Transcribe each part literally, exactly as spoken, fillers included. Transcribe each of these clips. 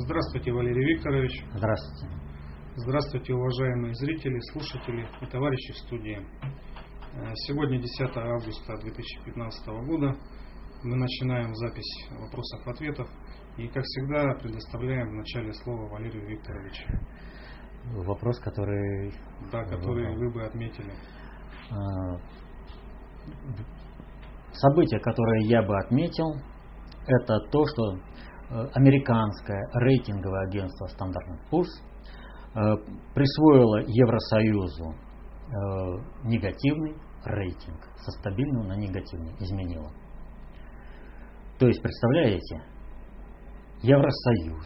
Здравствуйте, Валерий Викторович. Здравствуйте. Здравствуйте, уважаемые зрители, слушатели и товарищи в студии. Сегодня десятое августа две тысячи пятнадцатого года. Мы начинаем запись вопросов-ответов. И, как всегда, предоставляем в начале слова Валерию Викторовичу. Вопрос, который... Да, который вы бы отметили. Событие, которое я бы отметил, это то, что американское рейтинговое агентство Standard энд Poor's присвоило Евросоюзу негативный рейтинг, со стабильного на негативный изменило. То есть, представляете, Евросоюз,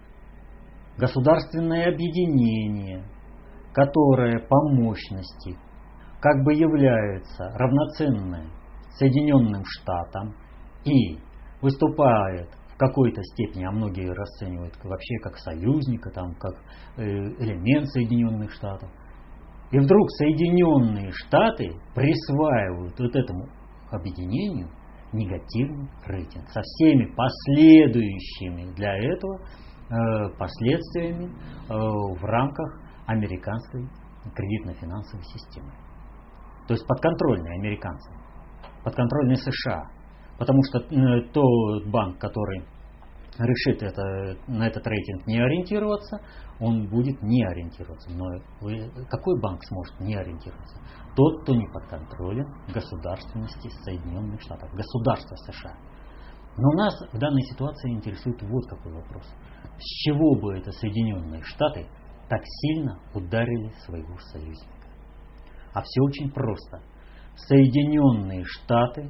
государственное объединение, которое по мощности как бы является равноценное Соединенным Штатам и выступает в какой-то степени, а многие расценивают вообще как союзника, там, как э, элемент Соединенных Штатов. И вдруг Соединенные Штаты присваивают вот этому объединению негативный рейтинг со всеми последующими для этого э, последствиями э, в рамках американской кредитно-финансовой системы. То есть подконтрольные американцам, подконтрольные США. Потому что э, тот банк, который решит это, на этот рейтинг не ориентироваться, он будет не ориентироваться. Но вы, какой банк сможет не ориентироваться? Тот, кто не под контролем государственности Соединенных Штатов, государства США. Но нас в данной ситуации интересует вот какой вопрос. С чего бы это Соединенные Штаты так сильно ударили своего союзника? А все очень просто. Соединенные Штаты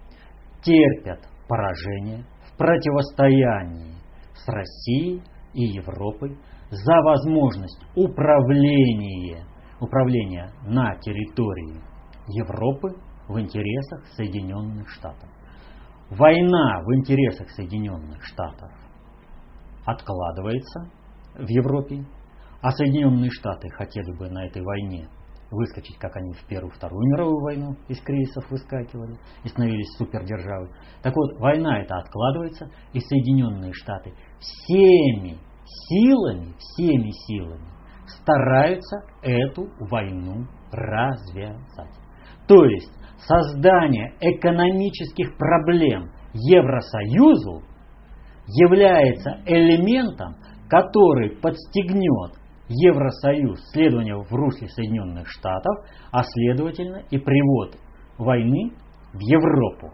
терпят поражение в противостоянии с Россией и Европой за возможность управления, управления на территории Европы в интересах Соединенных Штатов. Война в интересах Соединенных Штатов откладывается в Европе, а Соединенные Штаты хотели бы на этой войне выскочить, как они в Первую, Вторую мировую войну из кризисов выскакивали и становились супердержавой. Так вот, война эта откладывается, и Соединенные Штаты всеми силами, всеми силами стараются эту войну развязать. То есть, создание экономических проблем Евросоюзу является элементом, который подстегнет Евросоюз, следование в русле Соединенных Штатов, а следовательно и привод войны в Европу.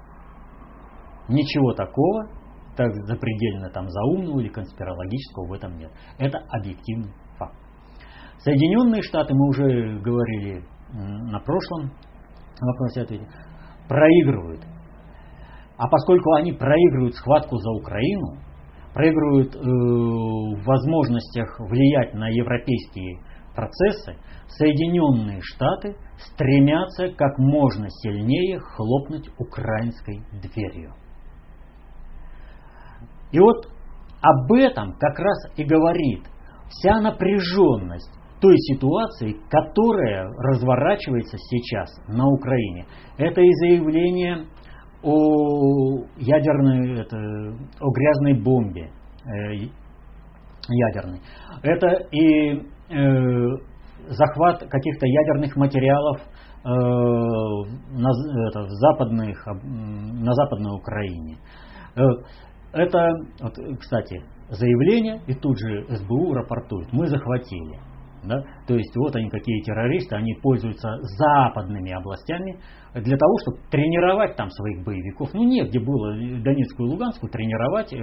Ничего такого, так запредельно там заумного или конспирологического в этом нет. Это объективный факт. Соединенные Штаты, мы уже говорили на прошлом вопросе ответе, проигрывают. А поскольку они проигрывают схватку за Украину, проигрывают э, в возможностях влиять на европейские процессы, Соединенные Штаты стремятся как можно сильнее хлопнуть украинской дверью. И вот об этом как раз и говорит вся напряженность той ситуации, которая разворачивается сейчас на Украине. Это и заявление о ядерной, это, о грязной бомбе э, ядерной. Это и э, захват каких-то ядерных материалов э, на, это, в западных, на Западной Украине. Э, это, вот, кстати, заявление, и тут же эс бэ у рапортует, мы захватили. Да? То есть вот они какие террористы, они пользуются западными областями для того, чтобы тренировать там своих боевиков. Ну негде было Донецкую и Луганскую тренировать э,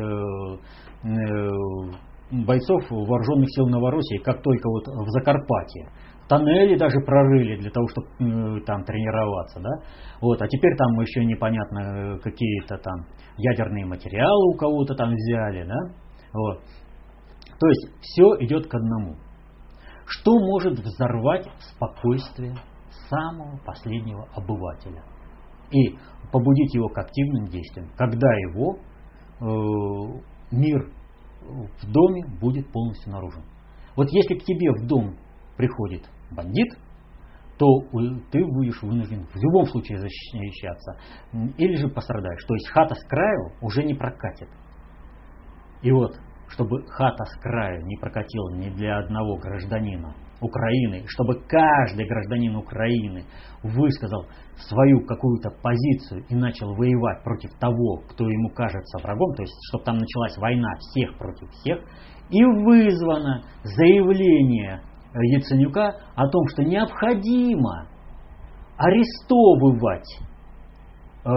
э, бойцов вооруженных сил Новороссии, как только вот в Закарпатье. Тоннели даже прорыли для того, чтобы э, там тренироваться. Да? Вот. А теперь там еще непонятно какие-то там ядерные материалы у кого-то там взяли. Да? Вот. То есть все идет к одному. Что может взорвать спокойствие самого последнего обывателя и побудить его к активным действиям, когда его э, мир в доме будет полностью нарушен? Вот если к тебе в дом приходит бандит, то ты будешь вынужден в любом случае защищаться или же пострадаешь. То есть хата с краю уже не прокатит. И вот чтобы хата с краю не прокатила ни для одного гражданина Украины, чтобы каждый гражданин Украины высказал свою какую-то позицию и начал воевать против того, кто ему кажется врагом, то есть чтобы там началась война всех против всех, и вызвано заявление Яценюка о том, что необходимо арестовывать э,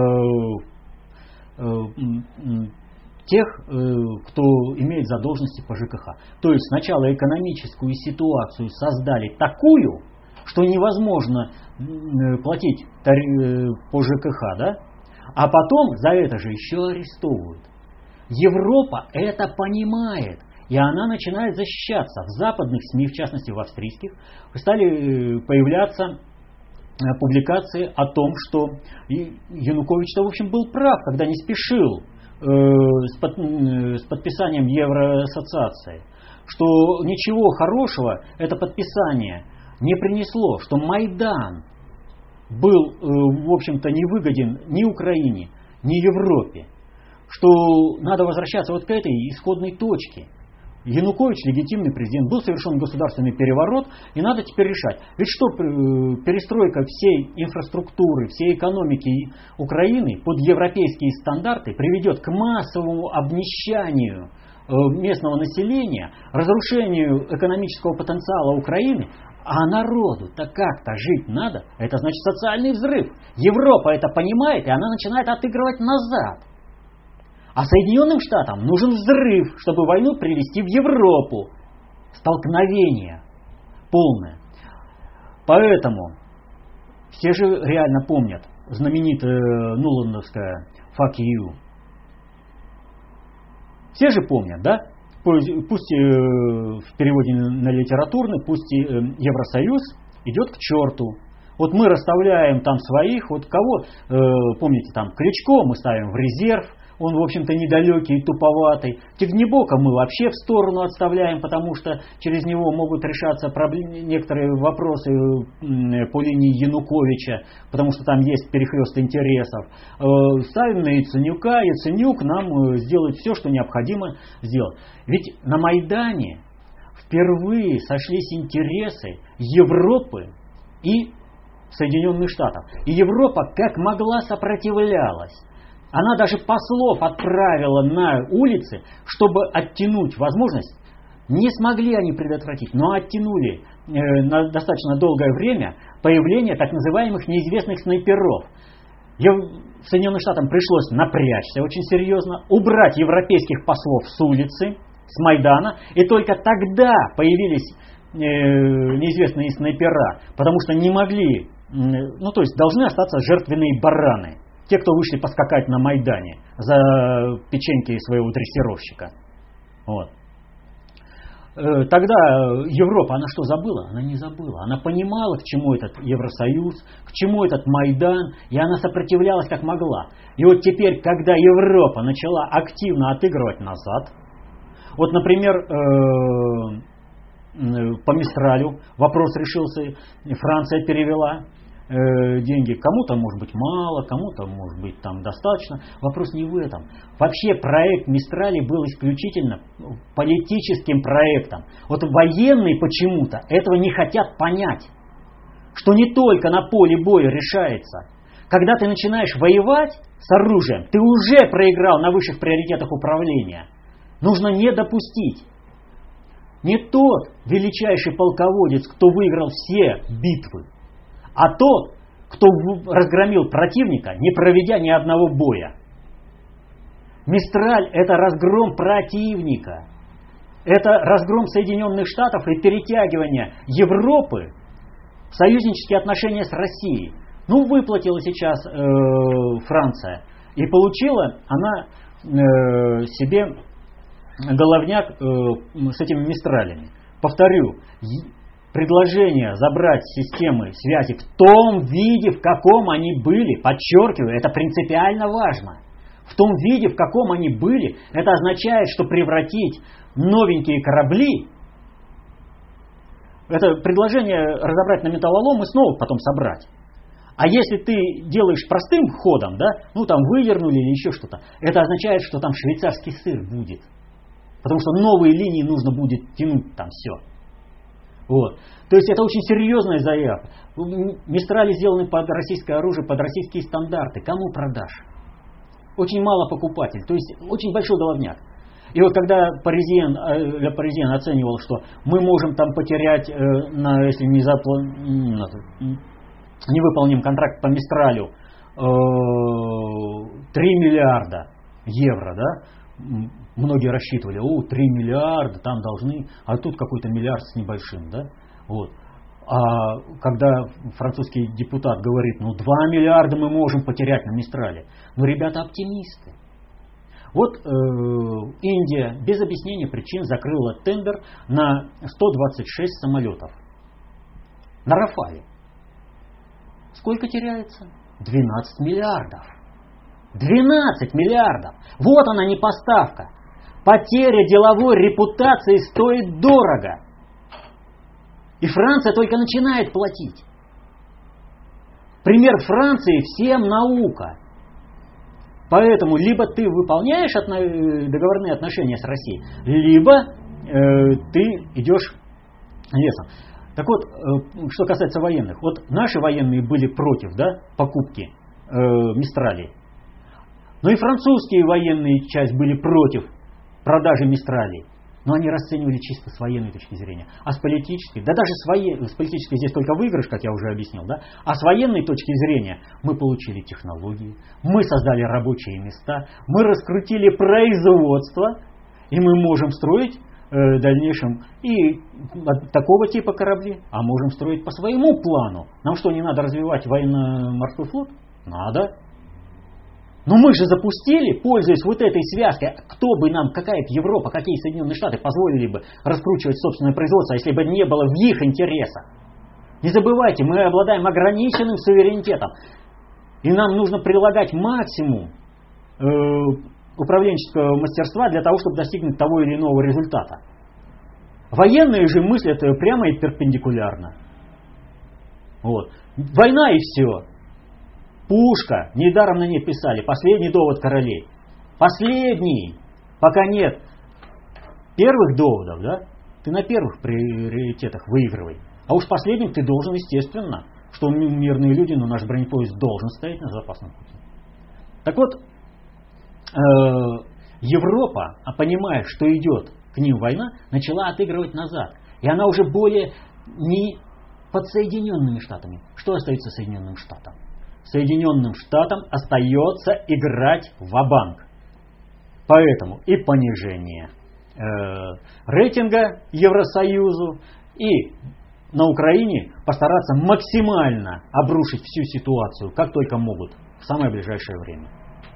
э, тех, кто имеет задолженности по ЖКХ. То есть сначала экономическую ситуацию создали такую, что невозможно платить по ЖКХ, да? А потом за это же еще арестовывают. Европа это понимает, и она начинает защищаться. В западных СМИ, в частности в австрийских, стали появляться публикации о том, что Янукович-то в общем был прав, когда не спешил С, под, с подписанием Евроассоциации, что ничего хорошего это подписание не принесло, что Майдан был, в общем-то, не выгоден ни Украине, ни Европе, что надо возвращаться вот к этой исходной точке. Янукович легитимный президент, был совершен государственный переворот, и надо теперь решать. Ведь что перестройка всей инфраструктуры, всей экономики Украины под европейские стандарты приведет к массовому обнищанию местного населения, разрушению экономического потенциала Украины, а народу-то как-то жить надо, это значит социальный взрыв. Европа это понимает, и она начинает отыгрывать назад. А Соединенным Штатам нужен взрыв, чтобы войну привести в Европу. Столкновение полное. Поэтому все же реально помнят знаменитое нуландовское «fuck you». Все же помнят, да? Пусть, пусть э, в переводе на литературный, пусть и, э, Евросоюз идет к черту. Вот мы расставляем там своих, вот кого, э, помните, там Кличко мы ставим в резерв. Он, в общем-то, недалекий и туповатый. Тягнебока мы вообще в сторону отставляем, потому что через него могут решаться проблемы, некоторые вопросы по линии Януковича, потому что там есть перехлёст интересов. Ставим на Яценюка. Яценюк нам сделает все, что необходимо сделать. Ведь на Майдане впервые сошлись интересы Европы и Соединенных Штатов. И Европа как могла сопротивлялась. Она даже послов отправила на улицы, чтобы оттянуть возможность. Не смогли они предотвратить, но оттянули э, на достаточно долгое время появление так называемых неизвестных снайперов. Соединенным Штатам пришлось напрячься очень серьезно, убрать европейских послов с улицы, с Майдана, и только тогда появились э, неизвестные снайпера, потому что не могли, э, ну то есть должны остаться жертвенные бараны. Те, кто вышли поскакать на Майдане за печеньки своего дрессировщика. Вот. Тогда Европа, она что, забыла? Она не забыла. Она понимала, к чему этот Евросоюз, к чему этот Майдан, и она сопротивлялась как могла. И вот теперь, когда Европа начала активно отыгрывать назад, вот, например, по Мистралю вопрос решился, Франция перевела деньги. Кому-то может быть мало, кому-то может быть там достаточно. Вопрос не в этом. Вообще проект Мистрали был исключительно политическим проектом. Вот военные почему-то этого не хотят понять. Что не только на поле боя решается. Когда ты начинаешь воевать с оружием, ты уже проиграл на высших приоритетах управления. Нужно не допустить. Не тот величайший полководец, кто выиграл все битвы, а тот, кто разгромил противника, не проведя ни одного боя. Мистраль – это разгром противника. Это разгром Соединенных Штатов и перетягивание Европы в союзнические отношения с Россией. Ну, выплатила сейчас э, Франция. И получила она э, себе головняк э, с этими Мистралями. Повторю, предложение забрать системы связи в том виде, в каком они были, подчеркиваю, это принципиально важно. В том виде, в каком они были, это означает, что превратить новенькие корабли, это предложение разобрать на металлолом и снова потом собрать. А если ты делаешь простым ходом, да, ну там вывернули или еще что-то, это означает, что там швейцарский сыр будет. Потому что новые линии нужно будет тянуть там все. Вот. То есть это очень серьезная заявка. Мистрали сделаны под российское оружие, под российские стандарты. Кому продашь? Очень мало покупателей. То есть очень большой головняк. И вот когда Паризьен, Ле Паризьен оценивал, что мы можем там потерять, э, на, если не, запла... не выполним контракт по Мистралю, э, три миллиарда евро, да? Многие рассчитывали, о, три миллиарда, там должны, а тут какой-то миллиард с небольшим, да? Вот. А когда французский депутат говорит, ну два миллиарда мы можем потерять на Мистрале, ну ребята оптимисты. Вот э, Индия без объяснения причин закрыла тендер на сто двадцать шесть самолетов. На Рафале. Сколько теряется? двенадцать миллиардов. двенадцать миллиардов. Вот она не поставка. Потеря деловой репутации стоит дорого. И Франция только начинает платить. Пример Франции всем наука. Поэтому либо ты выполняешь отно- договорные отношения с Россией, либо э, ты идешь лесом. Так вот, э, что касается военных. Вот наши военные были против, да, покупки э, Мистралей. Но и французские военные часть были против продажи Мистралей. Но они расценивали чисто с военной точки зрения. А с политической, да даже с, воен... с политической здесь только выигрыш, как я уже объяснил, да? А с военной точки зрения мы получили технологии, мы создали рабочие места, мы раскрутили производство, и мы можем строить э, в дальнейшем и такого типа корабли, а можем строить по своему плану. Нам что, не надо развивать военно-морской флот? Надо. Но мы же запустили, пользуясь вот этой связкой, кто бы нам, какая-то Европа, какие Соединенные Штаты позволили бы раскручивать собственное производство, если бы не было в их интересах. Не забывайте, мы обладаем ограниченным суверенитетом. И нам нужно прилагать максимум э, управленческого мастерства для того, чтобы достигнуть того или иного результата. Военные же мыслят прямо и перпендикулярно. Вот. Война и все. Пушка, недаром на ней писали, последний довод королей. Последний, пока нет первых доводов, да, ты на первых приоритетах выигрывай. А уж последним ты должен, естественно, что мирные люди, но наш бронепоезд должен стоять на запасном пути. Так вот, э, Европа, а понимая, что идет к ним война, начала отыгрывать назад. И она уже более не под Соединенными Штатами. Что остается Соединенным Штатам? Соединенным Штатам остается играть ва-банк. Поэтому и понижение э, рейтинга Евросоюзу, и на Украине постараться максимально обрушить всю ситуацию, как только могут, в самое ближайшее время.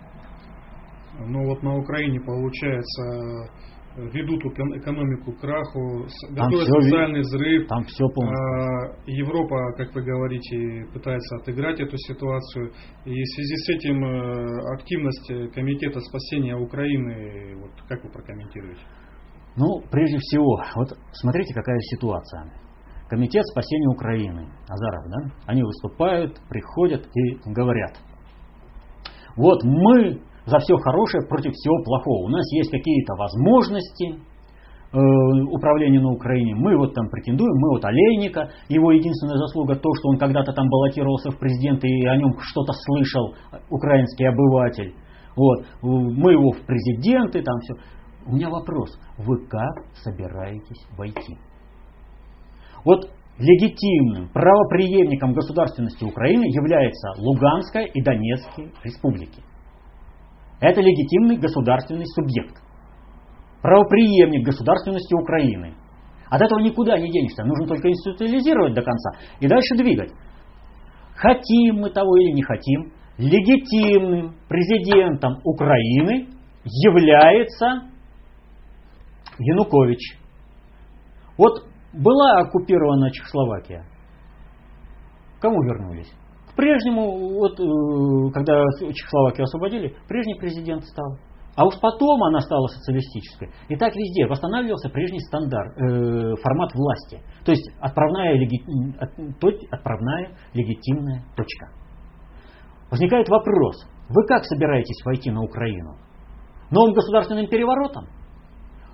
Ну вот на Украине, получается, ведут экономику к краху, готовят социальный взрыв. Там все полностью. Европа, как вы говорите, пытается отыграть эту ситуацию. И в связи с этим активность Комитета спасения Украины, вот как вы прокомментируете? Ну, прежде всего, вот смотрите, какая ситуация. Комитет спасения Украины, Азаров, да? Они выступают, приходят и говорят: вот мы за все хорошее против всего плохого. У нас есть какие-то возможности э, управления на Украине. Мы вот там претендуем, мы вот Олейника, его единственная заслуга то, что он когда-то там баллотировался в президенты и о нем что-то слышал украинский обыватель. Вот. Мы его в президенты, там все. У меня вопрос: вы как собираетесь войти? Вот легитимным правопреемником государственности Украины являются Луганская и Донецкая республики. Это легитимный государственный субъект. Правопреемник государственности Украины. От этого никуда не денешься. Нужно только институциализировать до конца и дальше двигать. Хотим мы того или не хотим, легитимным президентом Украины является Янукович. Вот была оккупирована Чехословакия. Кому вернулись? Прежнему, вот, когда Чехословакию освободили, прежний президент стал. А уж потом она стала социалистической. И так везде восстанавливался прежний стандарт, э, формат власти. То есть отправная, леги, отправная легитимная точка. Возникает вопрос: вы как собираетесь войти на Украину? Новым государственным переворотом?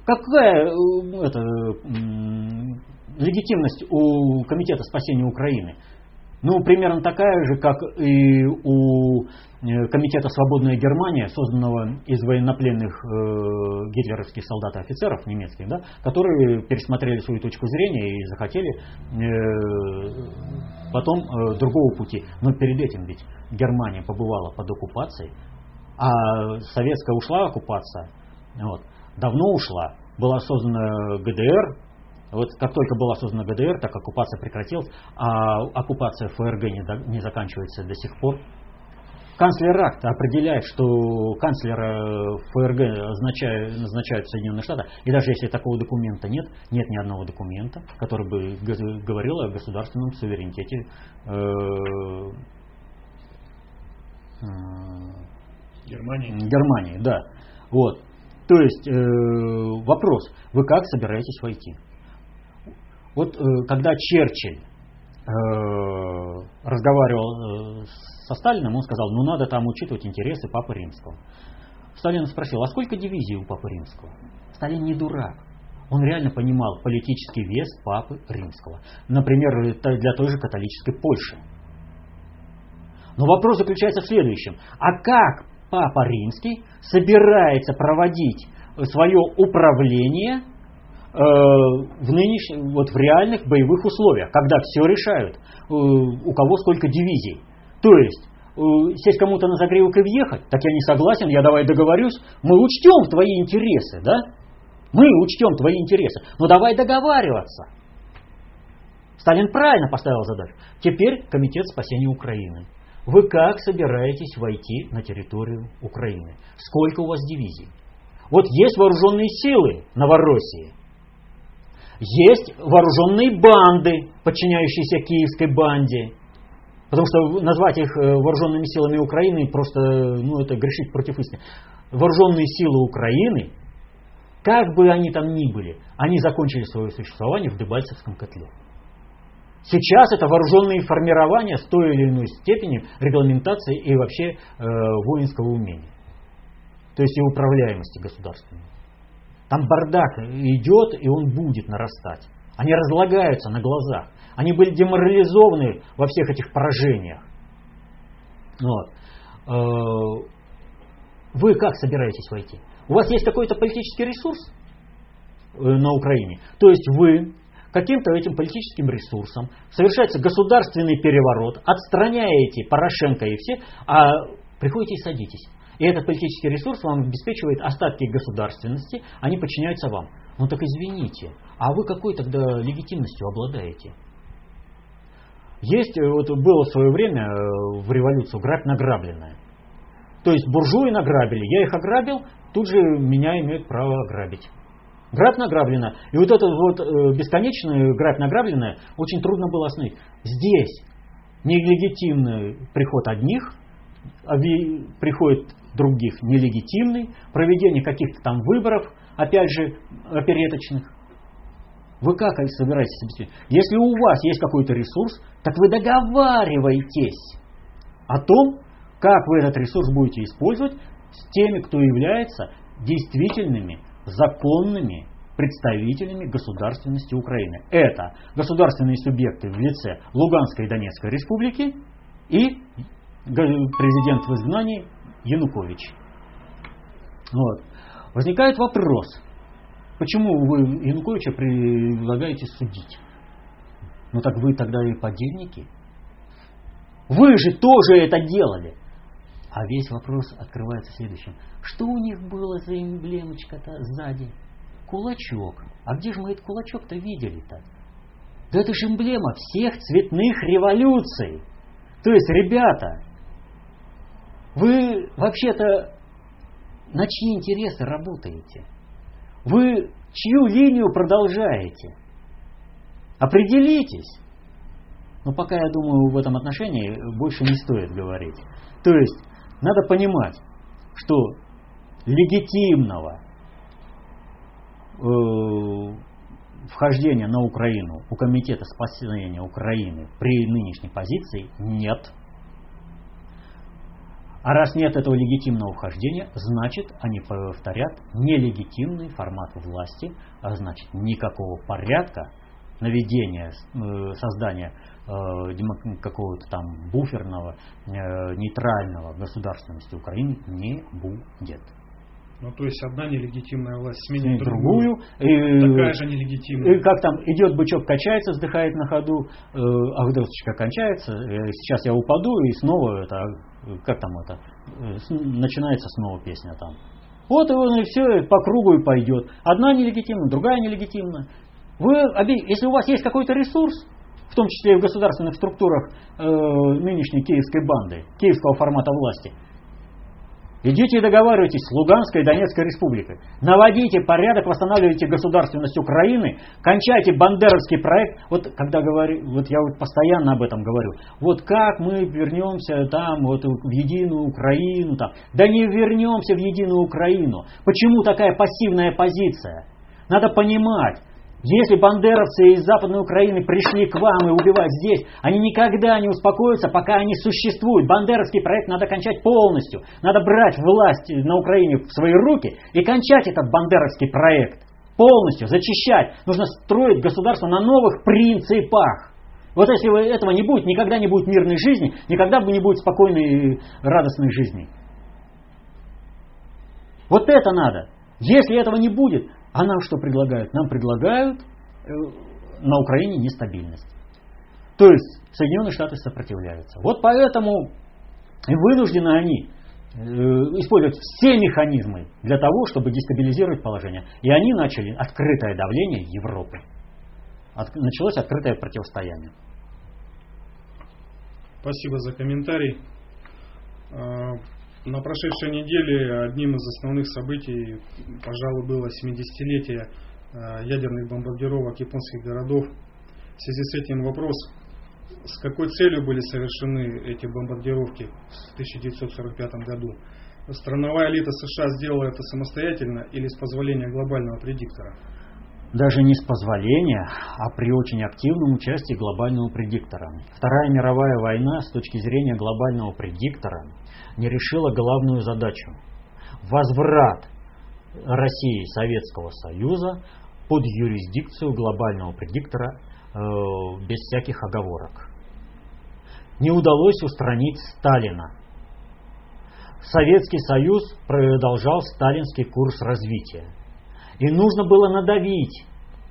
Какая это, легитимность у Комитета спасения Украины? Ну, примерно такая же, как и у Комитета «Свободная Германия», созданного из военнопленных э, гитлеровских солдат и офицеров немецких, да, которые пересмотрели свою точку зрения и захотели э, потом э, другого пути. Но перед этим ведь Германия побывала под оккупацией, а советская ушла оккупация, вот, давно ушла, была создана ГДР. Вот как только была создана ГДР, так оккупация прекратилась, а оккупация ФРГ не, до, не заканчивается до сих пор. Канцлер Акт определяет, что канцлера ФРГ назначают, назначают в Соединенных Штатах, и даже если такого документа нет, нет ни одного документа, который бы говорил о государственном суверенитете э, э, Германии. Германии, да. Вот. То есть э, вопрос: вы как собираетесь войти? Вот э, когда Черчилль э, разговаривал э, со Сталиным, он сказал, ну надо там учитывать интересы Папы Римского. Сталин спросил, а сколько дивизий у Папы Римского? Сталин не дурак. Он реально понимал политический вес Папы Римского. Например, для той же католической Польши. Но вопрос заключается в следующем. А как Папа Римский собирается проводить свое управление в нынешних, вот в реальных боевых условиях, когда все решают, у кого сколько дивизий? То есть, сесть кому-то на загривок и въехать, так я не согласен, я давай договорюсь, мы учтем твои интересы, да? Мы учтем твои интересы, но давай договариваться. Сталин правильно поставил задачу. Теперь Комитет спасения Украины. Вы как собираетесь войти на территорию Украины? Сколько у вас дивизий? Вот есть вооруженные силы Новороссии. Есть вооруженные банды, подчиняющиеся киевской банде. Потому что назвать их вооруженными силами Украины просто, ну, это грешить против истины. Вооруженные силы Украины, как бы они там ни были, они закончили свое существование в Дебальцевском котле. Сейчас это вооруженные формирования с той или иной степени регламентации и вообще э, воинского умения. То есть и управляемости государственной. Там бардак идет, и он будет нарастать. Они разлагаются на глазах. Они были деморализованы во всех этих поражениях. Вот. Вы как собираетесь войти? У вас есть какой-то политический ресурс на Украине? То есть вы каким-то этим политическим ресурсом совершается государственный переворот, отстраняете Порошенко и все, а приходите и садитесь. И этот политический ресурс вам обеспечивает остатки государственности, они подчиняются вам. Ну так извините, а вы какой тогда легитимностью обладаете? Есть, вот было в свое время в революцию грабь награбленная. То есть буржуи награбили, я их ограбил, тут же меня имеют право ограбить. Грабь награбленная. И вот это вот бесконечная грабь награбленная очень трудно было остановить. Здесь нелегитимный приход одних, приходит других нелегитимный, проведение каких-то там выборов, опять же, опереточных. Вы как собираетесь обеспечить? Если у вас есть какой-то ресурс, так вы договариваетесь о том, как вы этот ресурс будете использовать с теми, кто является действительными, законными представителями государственности Украины. Это государственные субъекты в лице Луганской и Донецкой республики и президент в изгнании Янукович. Вот. Возникает вопрос, почему вы Януковича предлагаете судить? Ну так вы тогда и подельники. Вы же тоже это делали. А весь вопрос открывается следующим. Что у них было за эмблемочка-то сзади? Кулачок. А где же мы этот кулачок-то видели-то? Да это же эмблема всех цветных революций. То есть, ребята, вы вообще-то на чьи интересы работаете? Вы чью линию продолжаете? Определитесь. Но пока, я думаю, в этом отношении больше не стоит говорить. То есть, надо понимать, что легитимного э, вхождения на Украину у Комитета спасения Украины при нынешней позиции нет. А раз нет этого легитимного вхождения, значит, они повторят нелегитимный формат власти, а значит, никакого порядка, наведения, создания э, какого-то там буферного, э, нейтрального государственности Украины не будет. Ну, то есть одна нелегитимная власть сменит другую, другую, и, такая же нелегитимная. И как там, идет бычок, качается, вздыхает на ходу, э, а выдохочка кончается, э, сейчас я упаду, и снова это, как там это, э, с, начинается снова песня там. Вот и, и все по кругу и пойдет. Одна нелегитимна, другая нелегитимна. Вы, если у вас есть какой-то ресурс, в том числе и в государственных структурах э, нынешней киевской банды, киевского формата власти, идите и договаривайтесь с Луганской и Донецкой республикой. Наводите порядок, восстанавливайте государственность Украины, кончайте бандеровский проект. Вот когда говорю, вот я вот постоянно об этом говорю. Вот как мы вернемся там вот в единую Украину там. Да не вернемся в единую Украину. Почему такая пассивная позиция? Надо понимать. Если бандеровцы из Западной Украины пришли к вам и убивать здесь, они никогда не успокоятся, пока они существуют. Бандеровский проект надо кончать полностью. Надо брать власть на Украине в свои руки и кончать этот бандеровский проект. Полностью, зачищать. Нужно строить государство на новых принципах. Вот если этого не будет, никогда не будет мирной жизни, никогда не будет спокойной, радостной жизни. Вот это надо. Если этого не будет... А нам что предлагают? Нам предлагают э, на Украине нестабильность. То есть Соединенные Штаты сопротивляются. Вот поэтому и вынуждены они э, использовать все механизмы для того, чтобы дестабилизировать положение. И они начали открытое давление Европы. От, началось открытое противостояние. Спасибо за комментарий. На прошедшей неделе одним из основных событий, пожалуй, было семидесятилетие ядерных бомбардировок японских городов. В связи с этим вопрос, с какой целью были совершены эти бомбардировки в тысяча девятьсот сорок пятом году? Страновая элита США сделала это самостоятельно или с позволения глобального предиктора? Даже не с позволения, а при очень активном участии глобального предиктора. Вторая мировая война с точки зрения глобального предиктора не решила главную задачу – возврат России и Советского Союза под юрисдикцию глобального предиктора э, без всяких оговорок. Не удалось устранить Сталина. Советский Союз продолжал сталинский курс развития. И нужно было надавить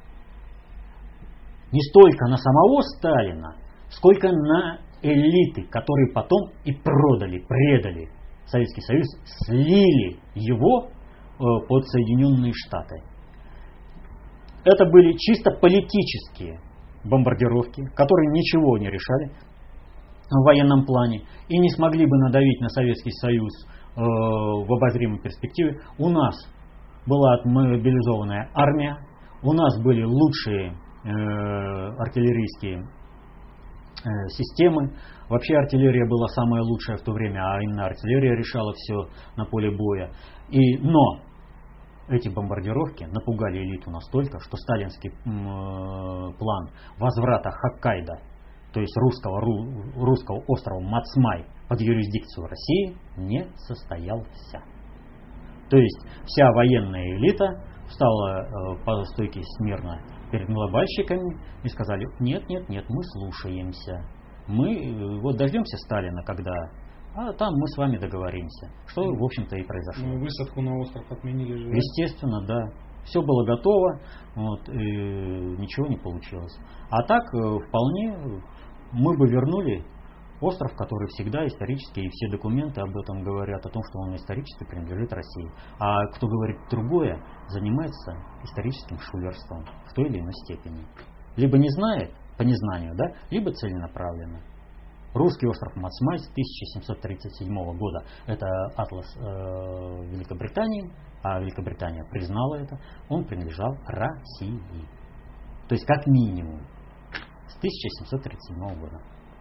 не столько на самого Сталина, сколько на элиты, которые потом и продали, предали Советский Союз, слили его под Соединенные Штаты. Это были чисто политические бомбардировки, которые ничего не решали в военном плане и не смогли бы надавить на Советский Союз в обозримой перспективе. У нас была мобилизованная армия, у нас были лучшие э, артиллерийские э, системы. Вообще артиллерия была самая лучшая в то время, а именно артиллерия решала все на поле боя. И, но эти бомбардировки напугали элиту настолько, что сталинский э, план возврата Хоккайдо, то есть русского, ру, русского острова Мацмай под юрисдикцию России, не состоялся. То есть вся военная элита встала э, по стойке смирно перед глобальщиками и сказали: нет, нет, нет, мы слушаемся. Мы э, вот дождемся Сталина, когда, а там мы с вами договоримся. Что, в общем-то, и произошло. Ну, высадку на остров отменили же. Естественно, да. Все было готово, вот, и ничего не получилось. А так э, вполне мы бы вернули остров, который всегда исторически, и все документы об этом говорят, о том, что он исторически принадлежит России. А кто говорит другое, занимается историческим шулерством в той или иной степени. Либо не знает, по незнанию, да, либо целенаправленно. Русский остров Мацмай с тысяча семьсот тридцать седьмого года – это атлас э, Великобритании, а Великобритания признала это, он принадлежал России. То есть как минимум с тысяча семьсот тридцать седьмого года.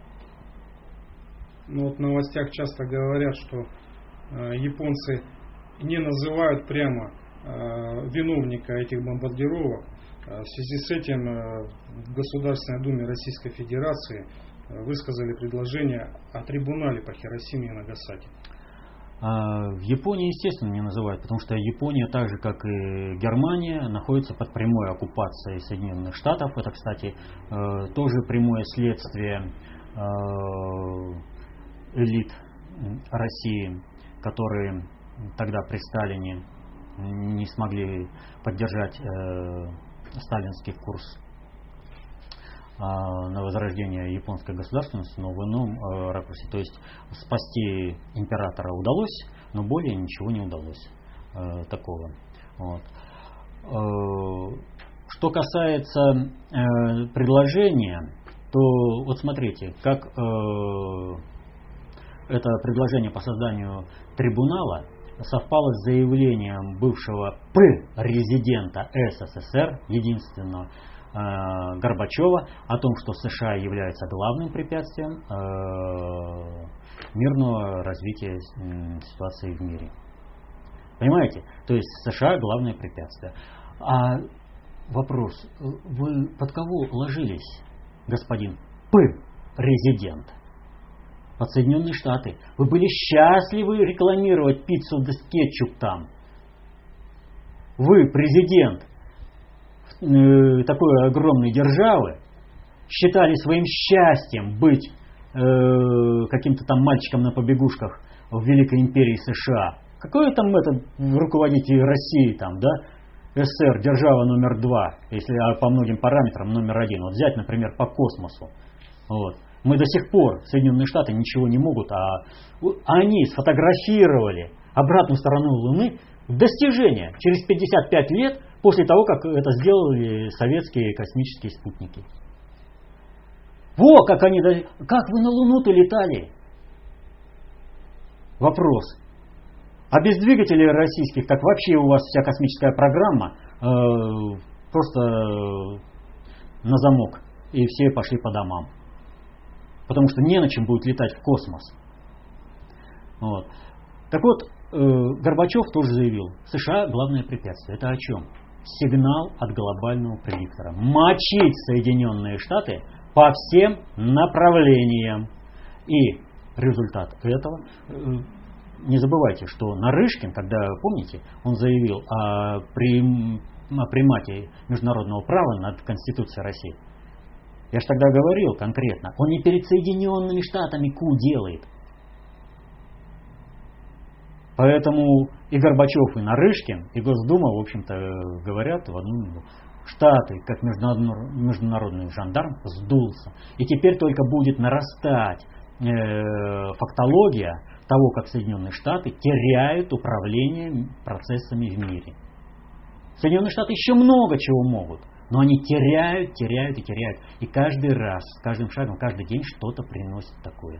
Ну, вот в новостях часто говорят, что э, японцы не называют прямо э, виновника этих бомбардировок. Э, в связи с этим э, в Государственной Думе Российской Федерации э, высказали предложение о трибунале по Хиросиме и Нагасаки. В Японии, естественно, не называют, потому что Япония, так же как и Германия, находится под прямой оккупацией Соединенных Штатов. Это, кстати, тоже прямое следствие элит России, которые тогда при Сталине не смогли поддержать сталинский курс на возрождение японской государственности, но в ином э, ракурсе. То есть спасти императора удалось, но более ничего не удалось э, такого. Вот. Э, что касается э, предложения, то вот смотрите, как э, это предложение по созданию трибунала совпало с заявлением бывшего президента СССР, единственного, Горбачева, о том, что США является главным препятствием э, мирного развития э, ситуации в мире. Понимаете? То есть США главное препятствие. А вопрос, вы под кого ложились, господин президент? Под Соединенные Штаты. Вы были счастливы рекламировать пиццу да кетчуп там. Вы, президент такой огромной державы, считали своим счастьем быть э, каким-то там мальчиком на побегушках в Великой империи США. Какой там этот руководитель России там, да? СССР, держава номер два, если по многим параметрам номер один. Вот взять, например, по космосу. Вот. Мы до сих пор, Соединенные Штаты, ничего не могут, а они сфотографировали обратную сторону Луны в достижение через пятьдесят пять лет после того, как это сделали советские космические спутники. Во, как они... Как вы на Луну-то летали? Вопрос. А без двигателей российских, так вообще у вас вся космическая программа э, просто на замок. И все пошли по домам. Потому что не на чем будет летать в космос. Вот. Так вот, э, Горбачев тоже заявил, США главное препятствие. Это о чем? Сигнал от глобального предиктора. Мочить Соединенные Штаты по всем направлениям. И результат этого... Не забывайте, что Нарышкин, когда, помните, он заявил о, прим, о примате международного права над Конституцией России. Я же тогда говорил конкретно, он не перед Соединенными Штатами ку делает. Поэтому и Горбачев, и Нарышкин, и Госдума, в общем-то, говорят в одну: Штаты, как международный жандарм, сдулся. И теперь только будет нарастать э, фактология того, как Соединенные Штаты теряют управление процессами в мире. Соединенные Штаты еще много чего могут, но они теряют, теряют и теряют. И каждый раз, с каждым шагом, каждый день что-то приносит такое.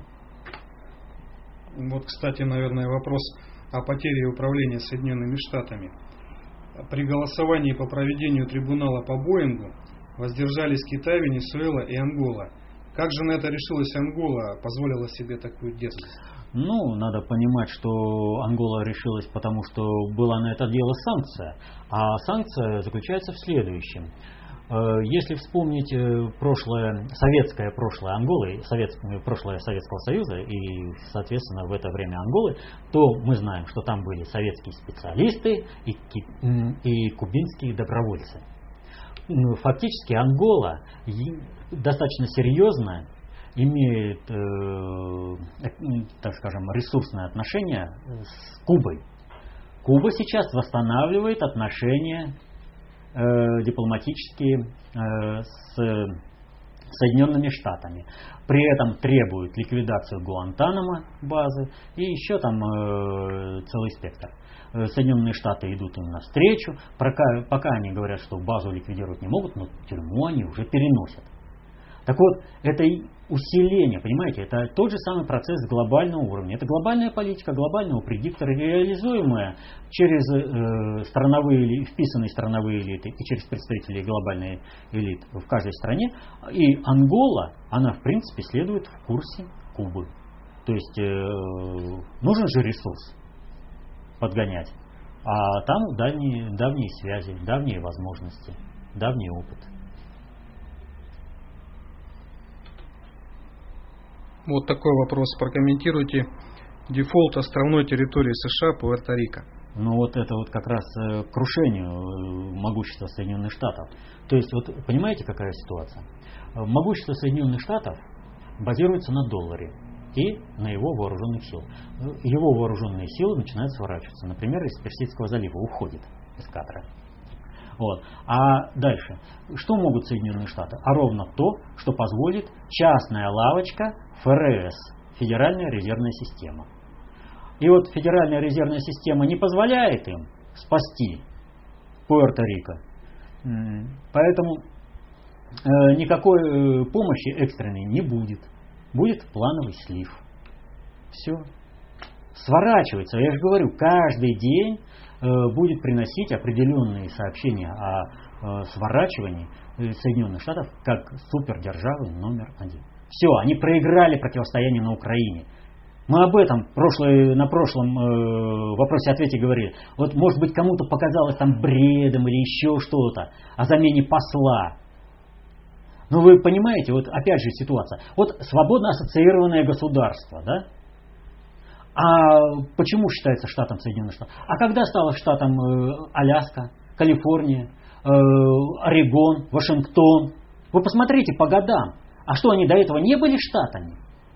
Вот, кстати, наверное, вопрос о потере управления Соединенными Штатами. При голосовании по проведению трибунала по Боингу воздержались Китай, Венесуэла и Ангола. Как же на это решилась Ангола, позволила себе такую дерзость? Ну, надо понимать, что Ангола решилась, потому что была на это дело санкция. А санкция заключается в следующем. Если вспомнить прошлое, советское прошлое Анголы, советское, прошлое Советского Союза и, соответственно, в это время Анголы, то мы знаем, что там были советские специалисты и, и кубинские добровольцы. Фактически Ангола достаточно серьезно имеет, э, так скажем, ресурсное отношение с Кубой. Куба сейчас восстанавливает отношения э, дипломатические э, с Соединенными Штатами. При этом требует ликвидацию Гуантанамо базы и еще там э, целый спектр. Соединенные Штаты идут им навстречу. Пока, пока они говорят, что базу ликвидировать не могут, но тюрьму они уже переносят. Так вот, это усиление, понимаете, это тот же самый процесс глобального уровня. Это глобальная политика глобального предиктора, реализуемая через э, страновые, вписанные страновые элиты и через представителей глобальной элиты в каждой стране. И Ангола, она в принципе следует в курсе Кубы. То есть э, нужен же ресурс подгонять. А там давние, давние связи, давние возможности, давний опыт. Вот такой вопрос прокомментируйте. Дефолт островной территории США Пуэрто-Рико. Ну вот это вот как раз к крушению могущества Соединенных Штатов. То есть вот понимаете, какая ситуация? Могущество Соединенных Штатов базируется на долларе и на его вооруженных силах. Его вооруженные силы начинают сворачиваться. Например, из Персидского залива уходит эскадра. Вот. А дальше. Что могут Соединенные Штаты? А ровно то, что позволит частная лавочка ФРС, Федеральная резервная система. И вот Федеральная резервная система не позволяет им спасти Пуэрто-Рико. Поэтому э, никакой э, помощи экстренной не будет. Будет плановый слив. Все. Сворачивается. Я же говорю, каждый день э, будет приносить определенные сообщения о э, сворачивании Соединенных Штатов как супердержавы номер один. Все, они проиграли противостояние на Украине. Мы об этом прошлый, на прошлом э, вопросе-ответе говорили. Вот, может быть, кому-то показалось там бредом или еще что-то о замене посла. Но вы понимаете, вот опять же ситуация. Вот свободно ассоциированное государство, да? А почему считается штатом Соединенных Штатов? А когда стало штатом э, Аляска, Калифорния, э, Орегон, Вашингтон? Вы посмотрите по годам. А что, они до этого не были штатами?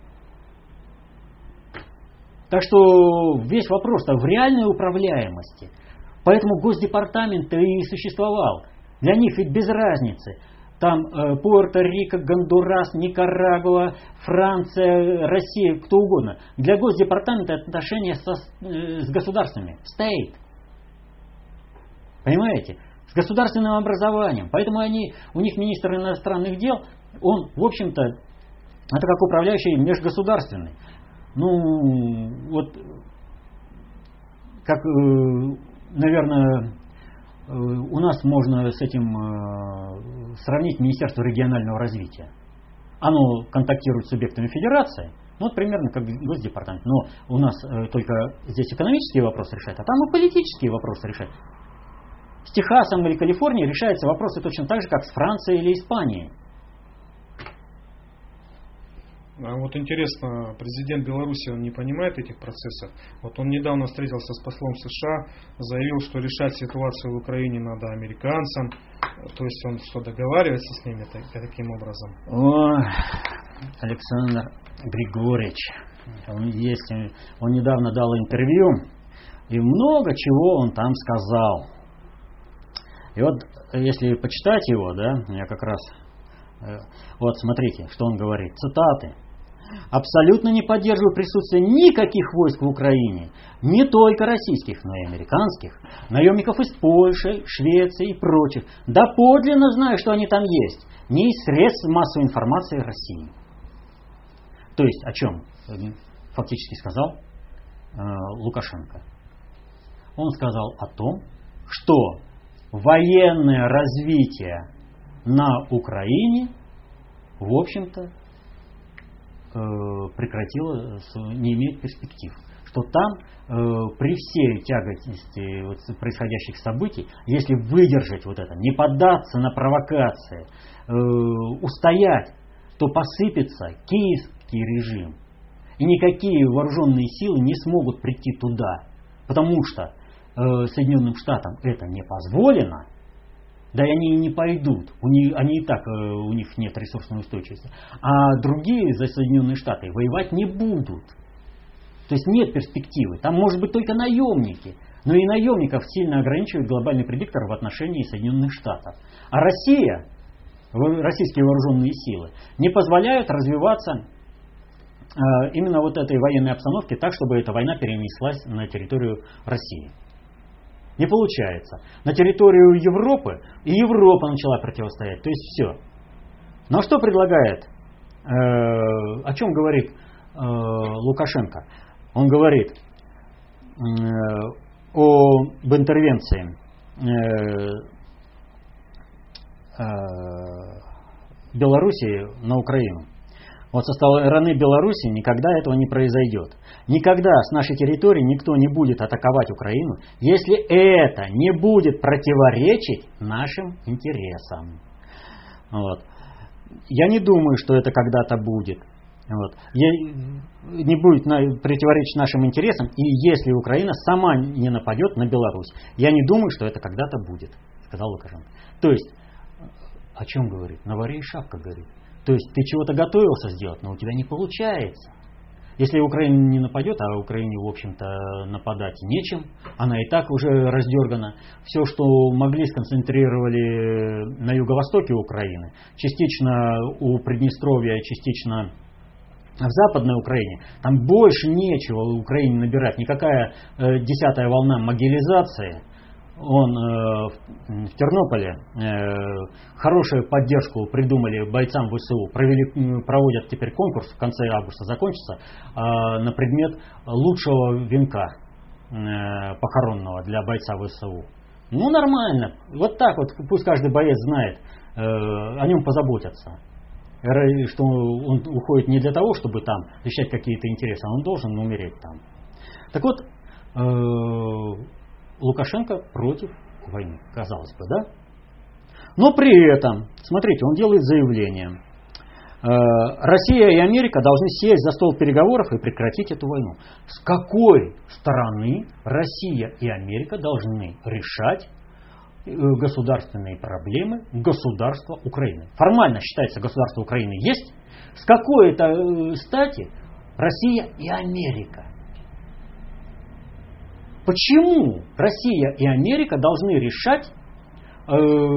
Так что весь вопрос-то в реальной управляемости. Поэтому Госдепартамент и существовал. Для них ведь без разницы. Там э, Пуэрто-Рико, Гондурас, Никарагуа, Франция, Россия, кто угодно. Для Госдепартамента это отношения со, э, с государствами. State. Понимаете? С государственным образованием. Поэтому они, у них министр иностранных дел, он, в общем-то, это как управляющий межгосударственный. Ну, вот, как, наверное, у нас можно с этим сравнить Министерство регионального развития. Оно контактирует с субъектами федерации, ну, вот примерно как Госдепартамент. Но у нас только здесь экономические вопросы решают, а там и политические вопросы решают. С Техасом или Калифорнией решаются вопросы точно так же, как с Францией или Испанией. А вот интересно, президент Беларуси, он не понимает этих процессов. Вот он недавно встретился с послом США, заявил, что решать ситуацию в Украине надо американцам. То есть он что, договаривается с ними таким образом? О, Александр Григорьевич, он есть, он недавно дал интервью, и много чего он там сказал. И вот, если почитать его, да, я как раз, вот смотрите, что он говорит, цитаты. «Абсолютно не поддерживаю присутствие никаких войск в Украине, не только российских, но и американских, наемников из Польши, Швеции и прочих. Доподлинно знаю, что они там есть, не из средств массовой информации России». То есть, о чем фактически сказал э, Лукашенко? Он сказал о том, что военное развитие на Украине, в общем-то, прекратило, не имеет перспектив. Что там э, при всей тяготности вот, происходящих событий, если выдержать вот это, не поддаться на провокации, э, устоять, то посыпется киевский режим. И никакие вооруженные силы не смогут прийти туда. Потому что э, Соединенным Штатам это не позволено. Да и они и не пойдут. У них, они и так, у них нет ресурсной устойчивости. А другие за Соединенные Штаты воевать не будут. То есть нет перспективы. Там может быть только наемники. Но и наемников сильно ограничивает глобальный предиктор в отношении Соединенных Штатов. А Россия, российские вооруженные силы, не позволяют развиваться э, именно вот этой военной обстановке так, чтобы эта война перенеслась на территорию России. Не получается. На территорию Европы, и Европа начала противостоять. То есть все. Но что предлагает, э, о чем говорит э, Лукашенко? Он говорит э, об интервенции э, э, Белоруссии на Украину. Вот со стороны Беларуси никогда этого не произойдет. Никогда с нашей территории никто не будет атаковать Украину, если это не будет противоречить нашим интересам. Вот. Я не думаю, что это когда-то будет. Вот. Я, не будет на, противоречить нашим интересам, и если Украина сама не нападет на Беларусь, я не думаю, что это когда-то будет, сказал Лукашенко. То есть, о чем говорит? На варе и шапка горит. То есть, ты чего-то готовился сделать, но у тебя не получается. Если Украина не нападет, а Украине, в общем-то, нападать нечем, она и так уже раздергана. Все, что могли, сконцентрировали на юго-востоке Украины, частично у Приднестровья, частично в Западной Украине. Там больше нечего Украине набирать. Никакая э, десятая волна могилизации. Он э, в Тернополе э, хорошую поддержку придумали бойцам ВСУ. Провели, проводят теперь конкурс, в конце августа закончится, э, на предмет лучшего венка э, похоронного для бойца ВСУ. Ну нормально. Вот так вот, пусть каждый боец знает, э, о нем позаботятся. Что он уходит не для того, чтобы там защищать какие-то интересы, а он должен умереть там. Так вот, э, Лукашенко против войны, казалось бы, да? Но при этом, смотрите, он делает заявление. Э, Россия и Америка должны сесть за стол переговоров и прекратить эту войну. С какой стороны Россия и Америка должны решать государственные проблемы государства Украины? Формально считается, государство Украины есть. С какой это стати Россия и Америка? Почему Россия и Америка должны решать э,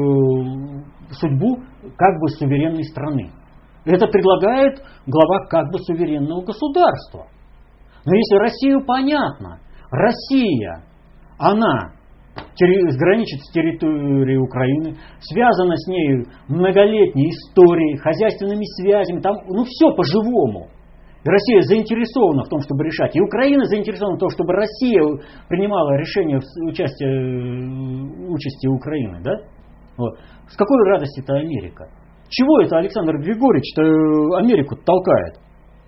судьбу как бы суверенной страны? Это предлагает глава как бы суверенного государства. Но если Россию понятно, Россия, она граничит с территорией Украины, связана с ней многолетней историей, хозяйственными связями, там, ну все по-живому. И Россия заинтересована в том, чтобы решать. И Украина заинтересована в том, чтобы Россия принимала решение в участии, участии Украины. Да? Вот. С какой радости-то Америка? Чего это Александр Григорьевич-то Америку толкает?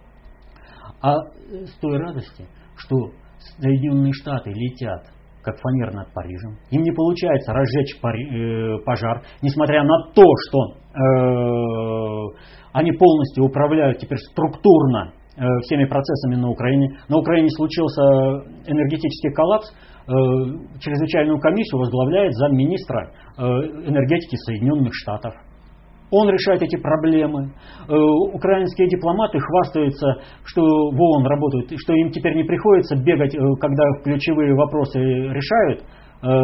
А с той радости, что Соединенные Штаты летят как фанера над Парижем. Им не получается разжечь пари, э, пожар, несмотря на то, что э, они полностью управляют теперь структурно э, всеми процессами на Украине. На Украине случился энергетический коллапс. Э, чрезвычайную комиссию возглавляет замминистра э, энергетики Соединенных Штатов. Он решает эти проблемы. Э, украинские дипломаты хвастаются, что в ООН работают, что им теперь не приходится бегать, э, когда ключевые вопросы решают э, э,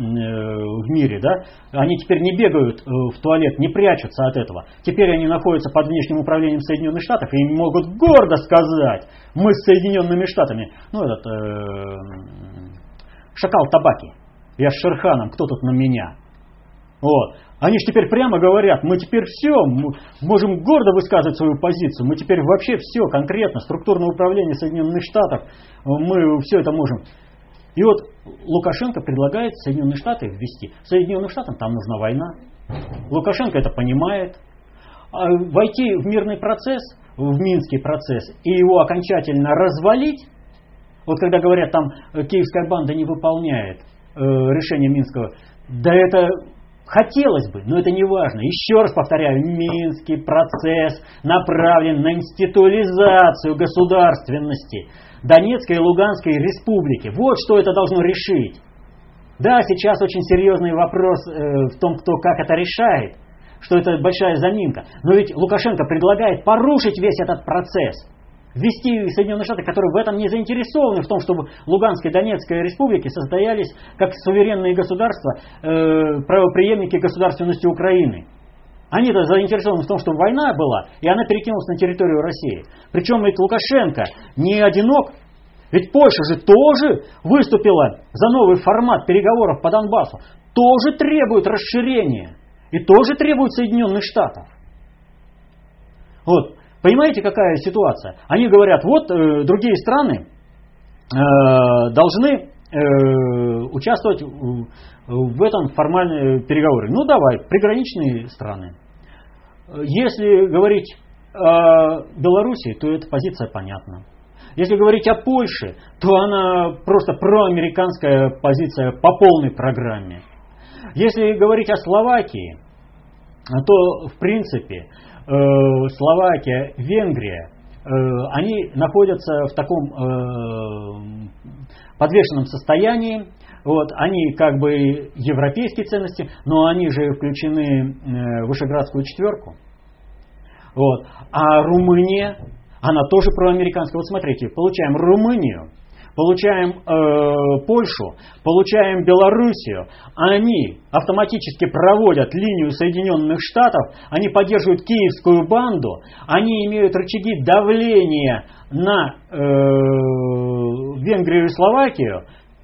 в мире. Да? Они теперь не бегают э, в туалет, не прячутся от этого. Теперь они находятся под внешним управлением Соединенных Штатов и им могут гордо сказать: мы с Соединенными Штатами. Ну этот э, шакал табаки. Я с Шерханом, кто тут на меня? Вот. Они же теперь прямо говорят: мы теперь все, мы можем гордо высказывать свою позицию, мы теперь вообще все конкретно, структурное управление Соединенных Штатов, мы все это можем. И вот Лукашенко предлагает Соединенные Штаты ввести. Соединенным Штатам там нужна война. Лукашенко это понимает. А войти в мирный процесс, в Минский процесс, и его окончательно развалить, вот когда говорят, там киевская банда не выполняет э, решение Минского, да это... Хотелось бы, но это не важно. Еще раз повторяю, Минский процесс направлен на институализацию государственности Донецкой и Луганской республики. Вот что это должно решить. Да, сейчас очень серьезный вопрос э, в том, кто как это решает, что это большая заминка. Но ведь Лукашенко предлагает порушить весь этот процесс. Ввести Соединенные Штаты, которые в этом не заинтересованы, в том, чтобы Луганская и Донецкая республики состоялись как суверенные государства, э, правопреемники государственности Украины. Они-то заинтересованы в том, чтобы война была, и она перекинулась на территорию России. Причем ведь Лукашенко не одинок, ведь Польша же тоже выступила за новый формат переговоров по Донбассу, тоже требует расширения, и тоже требует Соединенных Штатов. Вот. Понимаете, какая ситуация? Они говорят, вот э, другие страны э, должны э, участвовать в, в этом формальном переговоре. Ну давай, приграничные страны. Если говорить о Белоруссии, то эта позиция понятна. Если говорить о Польше, то она просто проамериканская позиция по полной программе. Если говорить о Словакии, то в принципе... Словакия, Венгрия, они находятся в таком э, подвешенном состоянии. Вот, они как бы европейские ценности, но они же включены в Вышеградскую четверку. Вот. А Румыния, она тоже проамериканская. Вот смотрите, получаем Румынию, получаем э, Польшу, получаем Белоруссию. Они автоматически проводят линию Соединенных Штатов, они поддерживают киевскую банду, они имеют рычаги давления на э, Венгрию и Словакию.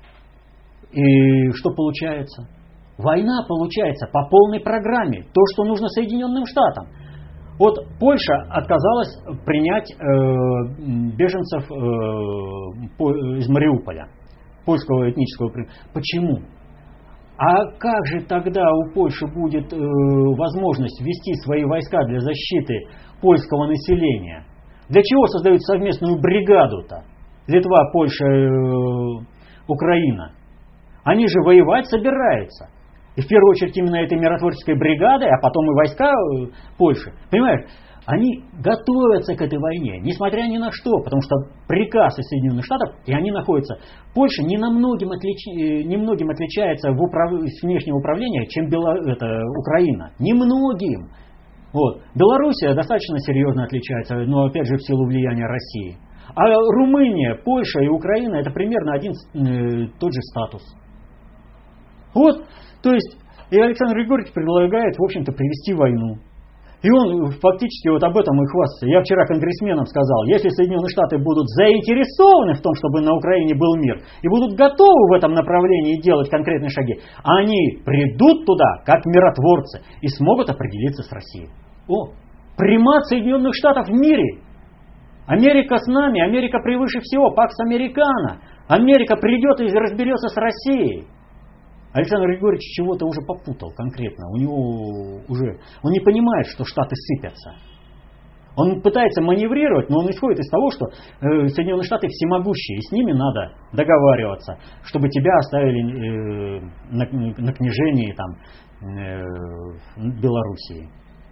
И что получается? Война получается по полной программе. То, что нужно Соединенным Штатам. Вот Польша отказалась принять э, беженцев э, по, из Мариуполя, польского этнического. Почему? А как же тогда у Польши будет э, возможность ввести свои войска для защиты польского населения? Для чего создают совместную бригаду-то? Литва, Польша, э, Украина. Они же воевать собираются. И в первую очередь именно этой миротворческой бригадой, а потом и войска Польши. Понимаешь, они готовятся к этой войне, несмотря ни на что, потому что приказ из Соединенных Штатов, и они находятся. Польша немногим, отлич... немногим отличается в управ... с внешнего управления, чем Бело... это, Украина. Немногим. Вот. Белоруссия достаточно серьезно отличается, но опять же в силу влияния России. А Румыния, Польша и Украина это примерно один э, тот же статус. Вот, то есть, и Александр Григорьевич предлагает, в общем-то, привести войну. И он фактически вот об этом и хвастается. Я вчера конгрессменам сказал, если Соединенные Штаты будут заинтересованы в том, чтобы на Украине был мир, и будут готовы в этом направлении делать конкретные шаги, они придут туда как миротворцы и смогут определиться с Россией. О, примат Соединенных Штатов в мире. Америка с нами, Америка превыше всего, пакс американо. Америка придет и разберется с Россией. Александр Григорьевич чего-то уже попутал конкретно. У него уже... Он не понимает, что Штаты сыпятся. Он пытается маневрировать, но он исходит из того, что э, Соединенные Штаты всемогущие, и с ними надо договариваться, чтобы тебя оставили э, на, на княжении там, э, Белоруссии.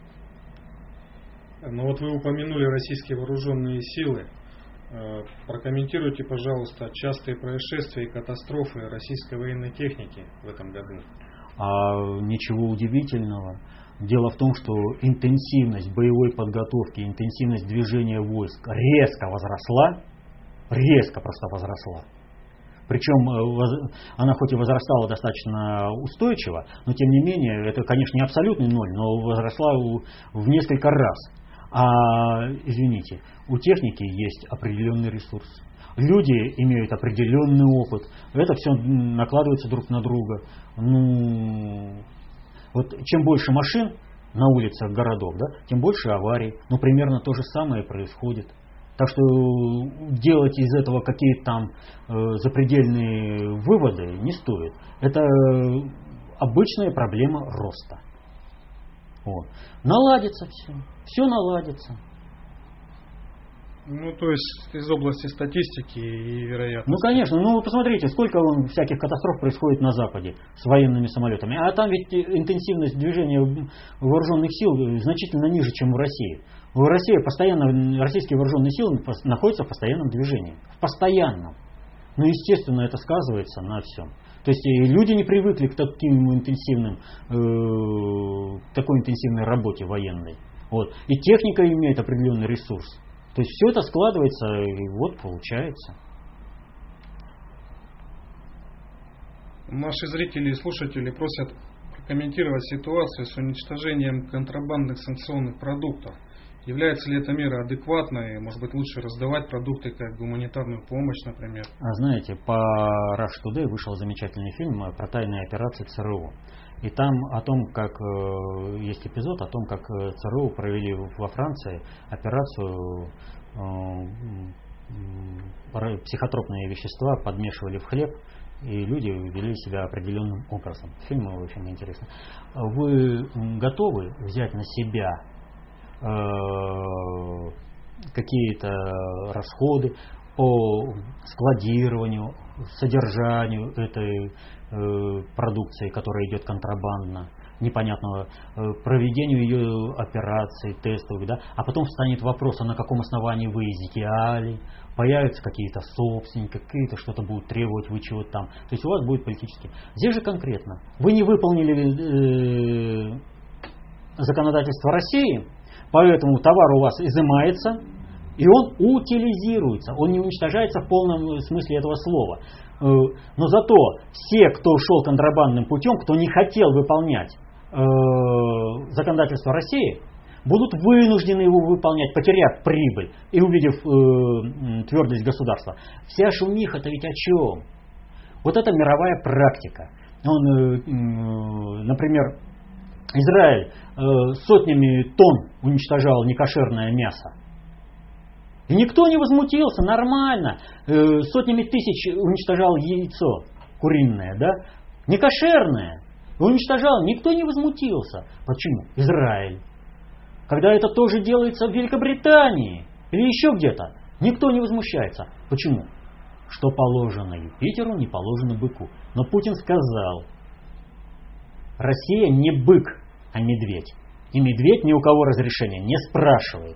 Ну вот вы упомянули российские вооруженные силы. Прокомментируйте, пожалуйста, частые происшествия и катастрофы российской военной техники в этом году. А ничего удивительного. Дело в том, что интенсивность боевой подготовки, интенсивность движения войск резко возросла, резко просто возросла. Причем она хоть и возрастала достаточно устойчиво, но тем не менее, это, конечно, не абсолютный ноль, но возросла в несколько раз. А, извините, у техники есть определенный ресурс. Люди имеют определенный опыт. Это все накладывается друг на друга. Ну, вот чем больше машин на улицах городов, да, тем больше аварий. Ну, примерно то же самое происходит. Так что делать из этого какие-то там э, запредельные выводы не стоит. Это обычная проблема роста. Вот. Наладится все. Все наладится. Ну, то есть из области статистики и вероятности. Ну, конечно. Ну, посмотрите, сколько вон, всяких катастроф происходит на Западе с военными самолетами. А там ведь интенсивность движения вооруженных сил значительно ниже, чем в России. В России постоянно, российские вооруженные силы находятся в постоянном движении. В постоянном. Ну, естественно, это сказывается на всем. То есть люди не привыкли к таким интенсивным, э, такой интенсивной работе военной. Вот. И техника имеет определенный ресурс. То есть все это складывается, и вот получается. Наши зрители и слушатели просят прокомментировать ситуацию с уничтожением контрабандных санкционных продуктов. Является ли эта мера адекватной? Может быть, лучше раздавать продукты как гуманитарную помощь, например? А знаете, по Rush Today вышел замечательный фильм про тайные операции ЦРУ. И там о том, как э, есть эпизод о том, как ЦРУ провели во Франции операцию, э, психотропные вещества подмешивали в хлеб, и люди вели себя определенным образом. Фильм очень интересный. Вы готовы взять на себя э, какие-то расходы по складированию, содержанию этой э, продукции, которая идет контрабандно, непонятного, проведению ее операций, тестовых, да, а потом встанет вопрос, а на каком основании вы изъяли, появятся какие-то собственники, какие-то что-то будут требовать, вы чего-то там. То есть у вас будет политически. Здесь же конкретно. Вы не выполнили э, законодательство России, поэтому товар у вас изымается, и он утилизируется, он не уничтожается в полном смысле этого слова. Но зато все, кто шел контрабандным путем, кто не хотел выполнять э, законодательство России, будут вынуждены его выполнять, потеряв прибыль и увидев э, твердость государства. Вся шумиха-то ведь о чем? Вот это мировая практика. Он, э, э, например, Израиль э, сотнями тонн уничтожал некошерное мясо. И никто не возмутился, нормально. Э, сотнями тысяч уничтожал яйцо куриное, да? Некошерное. Уничтожал, никто не возмутился. Почему? Израиль. Когда это тоже делается в Великобритании или еще где-то, никто не возмущается. Почему? Что положено Юпитеру, не положено быку. Но Путин сказал, Россия не бык, а медведь. И медведь ни у кого разрешения не спрашивает.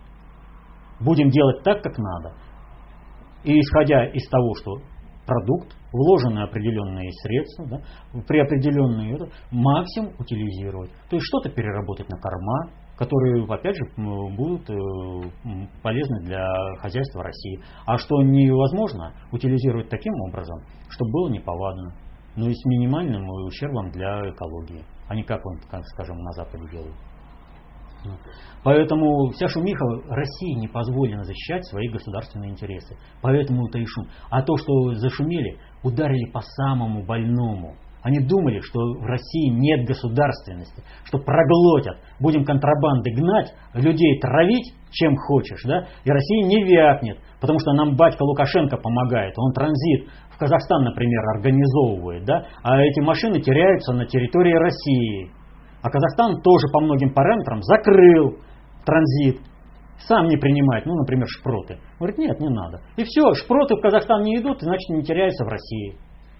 Будем делать так, как надо. И исходя из того, что продукт, вложены определенные средства, да, при определенные это, максимум утилизировать. То есть что-то переработать на корма, которые, опять же, будут полезны для хозяйства России. А что невозможно, утилизировать таким образом, чтобы было неповадно, но и с минимальным ущербом для экологии, а не как, он, как скажем, на Западе делают. Поэтому вся шумиха России не позволена защищать свои государственные интересы. Поэтому это и шум. А то, что зашумели, ударили по самому больному. Они думали, что в России нет государственности, что проглотят. Будем контрабанды гнать, людей травить, чем хочешь, да? И Россия не вякнет, потому что нам батька Лукашенко помогает. Он транзит в Казахстан, например, организовывает, да? А эти машины теряются на территории России. А Казахстан тоже по многим параметрам закрыл транзит. Сам не принимает, ну, например, шпроты. Говорит, нет, не надо. И все, шпроты в Казахстан не идут, значит, не теряются в России.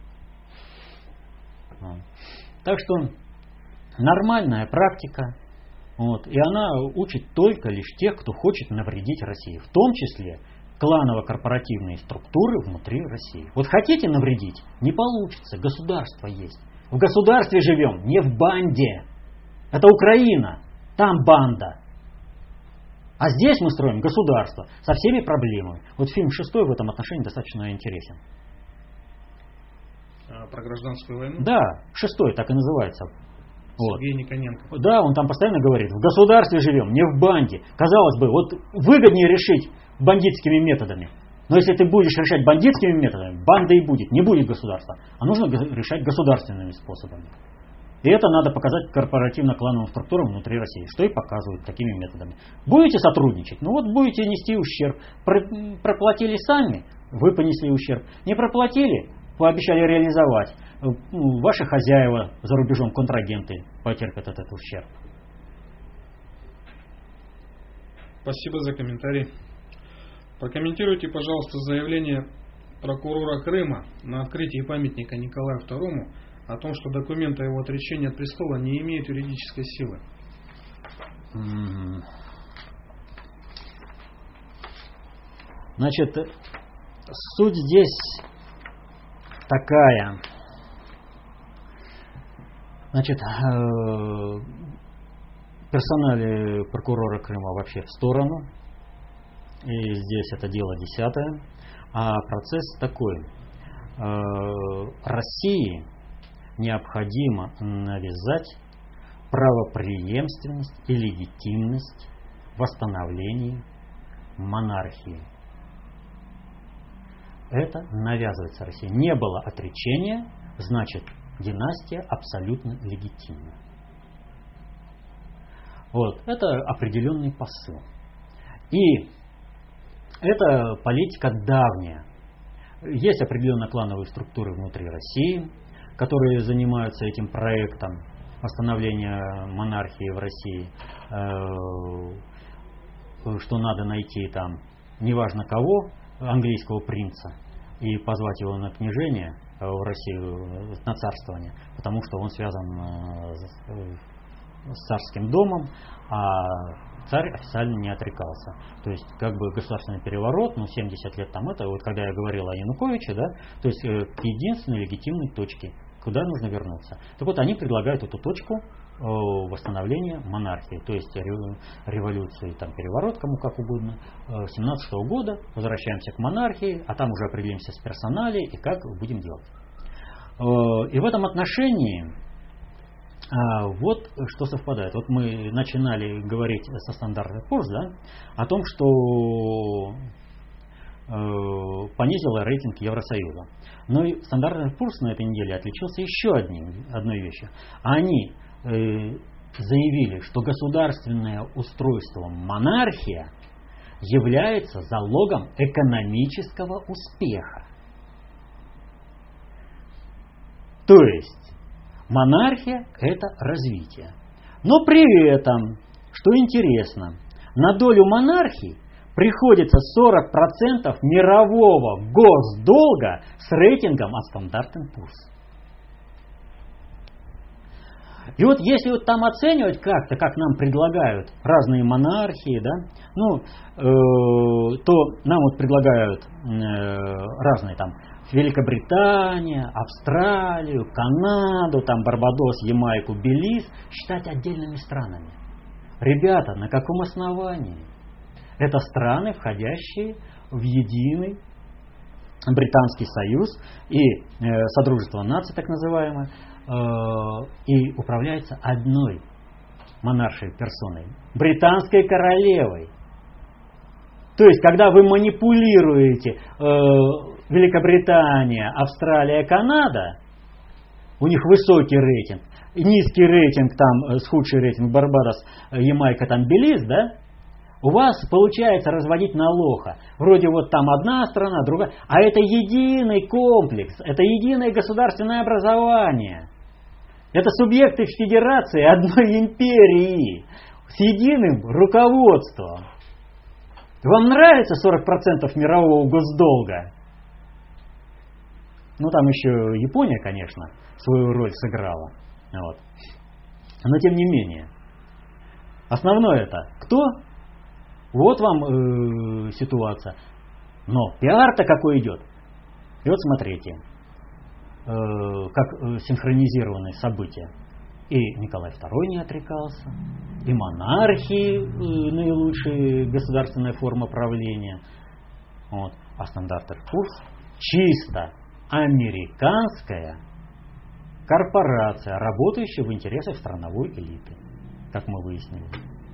Так что нормальная практика. Вот, и она учит только лишь тех, кто хочет навредить России. В том числе кланово-корпоративные структуры внутри России. Вот хотите навредить? Не получится. Государство есть. В государстве живем, не в банде. Это Украина. Там банда. А здесь мы строим государство со всеми проблемами. Вот фильм «Шестой» в этом отношении достаточно интересен. А, про гражданскую войну? Да, «Шестой» так и называется. Сергей Вот. Никоненко. Да, он там постоянно говорит, в государстве живем, не в банде. Казалось бы, вот выгоднее решить бандитскими методами. Но если ты будешь решать бандитскими методами, банда и будет, не будет государства. А нужно решать государственными способами. И это надо показать корпоративно-клановым структурам внутри России, что и показывают такими методами. Будете сотрудничать, ну вот будете нести ущерб. Проплатили сами, вы понесли ущерб. Не проплатили, пообещали реализовать. Ваши хозяева за рубежом, контрагенты, потерпят этот ущерб. Спасибо за комментарий. Прокомментируйте, пожалуйста, заявление прокурора Крыма на открытии памятника Николаю второму о том, что документы о его отречении от престола не имеют юридической силы. Значит, суть здесь такая. Значит, персонале прокурора Крыма вообще в сторону. И здесь это дело десятое. А процесс такой. России необходимо навязать правопреемственность и легитимность восстановления монархии. Это навязывается России. Не было отречения, значит, династия абсолютно легитимна. Вот, это определенный посыл. И это политика давняя. Есть определенные клановые структуры внутри России, которые занимаются этим проектом восстановления монархии в России, что надо найти там, неважно кого, английского принца, и позвать его на княжение в Россию, на царствование, потому что он связан с царским домом, а царь официально не отрекался. То есть, как бы государственный переворот, ну, семьдесят лет там это, вот когда я говорил о Януковиче, да, то есть э, к единственной легитимной точке, куда нужно вернуться. Так вот, они предлагают эту точку э, восстановления монархии, то есть революции, там, переворот, кому как угодно, э, семнадцатого года, возвращаемся к монархии, а там уже определимся с персоналией и как будем делать. Э, и в этом отношении А, вот что совпадает. Вот мы начинали говорить со Standard энд Poor's, да, о том, что э, понизила рейтинг Евросоюза. Но и Standard энд Poor's на этой неделе отличился еще одним, одной вещью. Они э, заявили, что государственное устройство монархия является залогом экономического успеха. То есть монархия – это развитие. Но при этом, что интересно, на долю монархии приходится сорок процентов мирового госдолга с рейтингом от Standard энд Poor's. И вот если вот там оценивать как-то, как нам предлагают разные монархии, да, ну, э, то нам вот предлагают э, разные там Великобритания, Австралию, Канаду, там Барбадос, Ямайку, Белиз считать отдельными странами. Ребята, на каком основании? Это страны, входящие в единый Британский союз и э, Содружество наций, так называемое, э, и управляется одной монаршей персоной, британской королевой. То есть, когда вы манипулируете э, Великобритания, Австралия, Канада, у них высокий рейтинг, низкий рейтинг, там, с худший рейтинг Барбадос, Ямайка, там, Белиз, да, у вас получается разводить на лоха. Вроде вот там одна страна, другая, а это единый комплекс, это единое государственное образование. Это субъекты федерации одной империи с единым руководством. Вам нравится сорок процентов мирового госдолга? Ну, там еще Япония, конечно, свою роль сыграла. Вот. Но тем не менее. Основное это кто? Вот вам э, ситуация. Но пиар-то какой идет. И вот смотрите, э, как э, синхронизированы события. И Николай второй не отрекался, и монархии э, наилучшая государственная форма правления. Вот. А Standard энд Poor's чисто американская корпорация, работающая в интересах страновой элиты, как мы выяснили.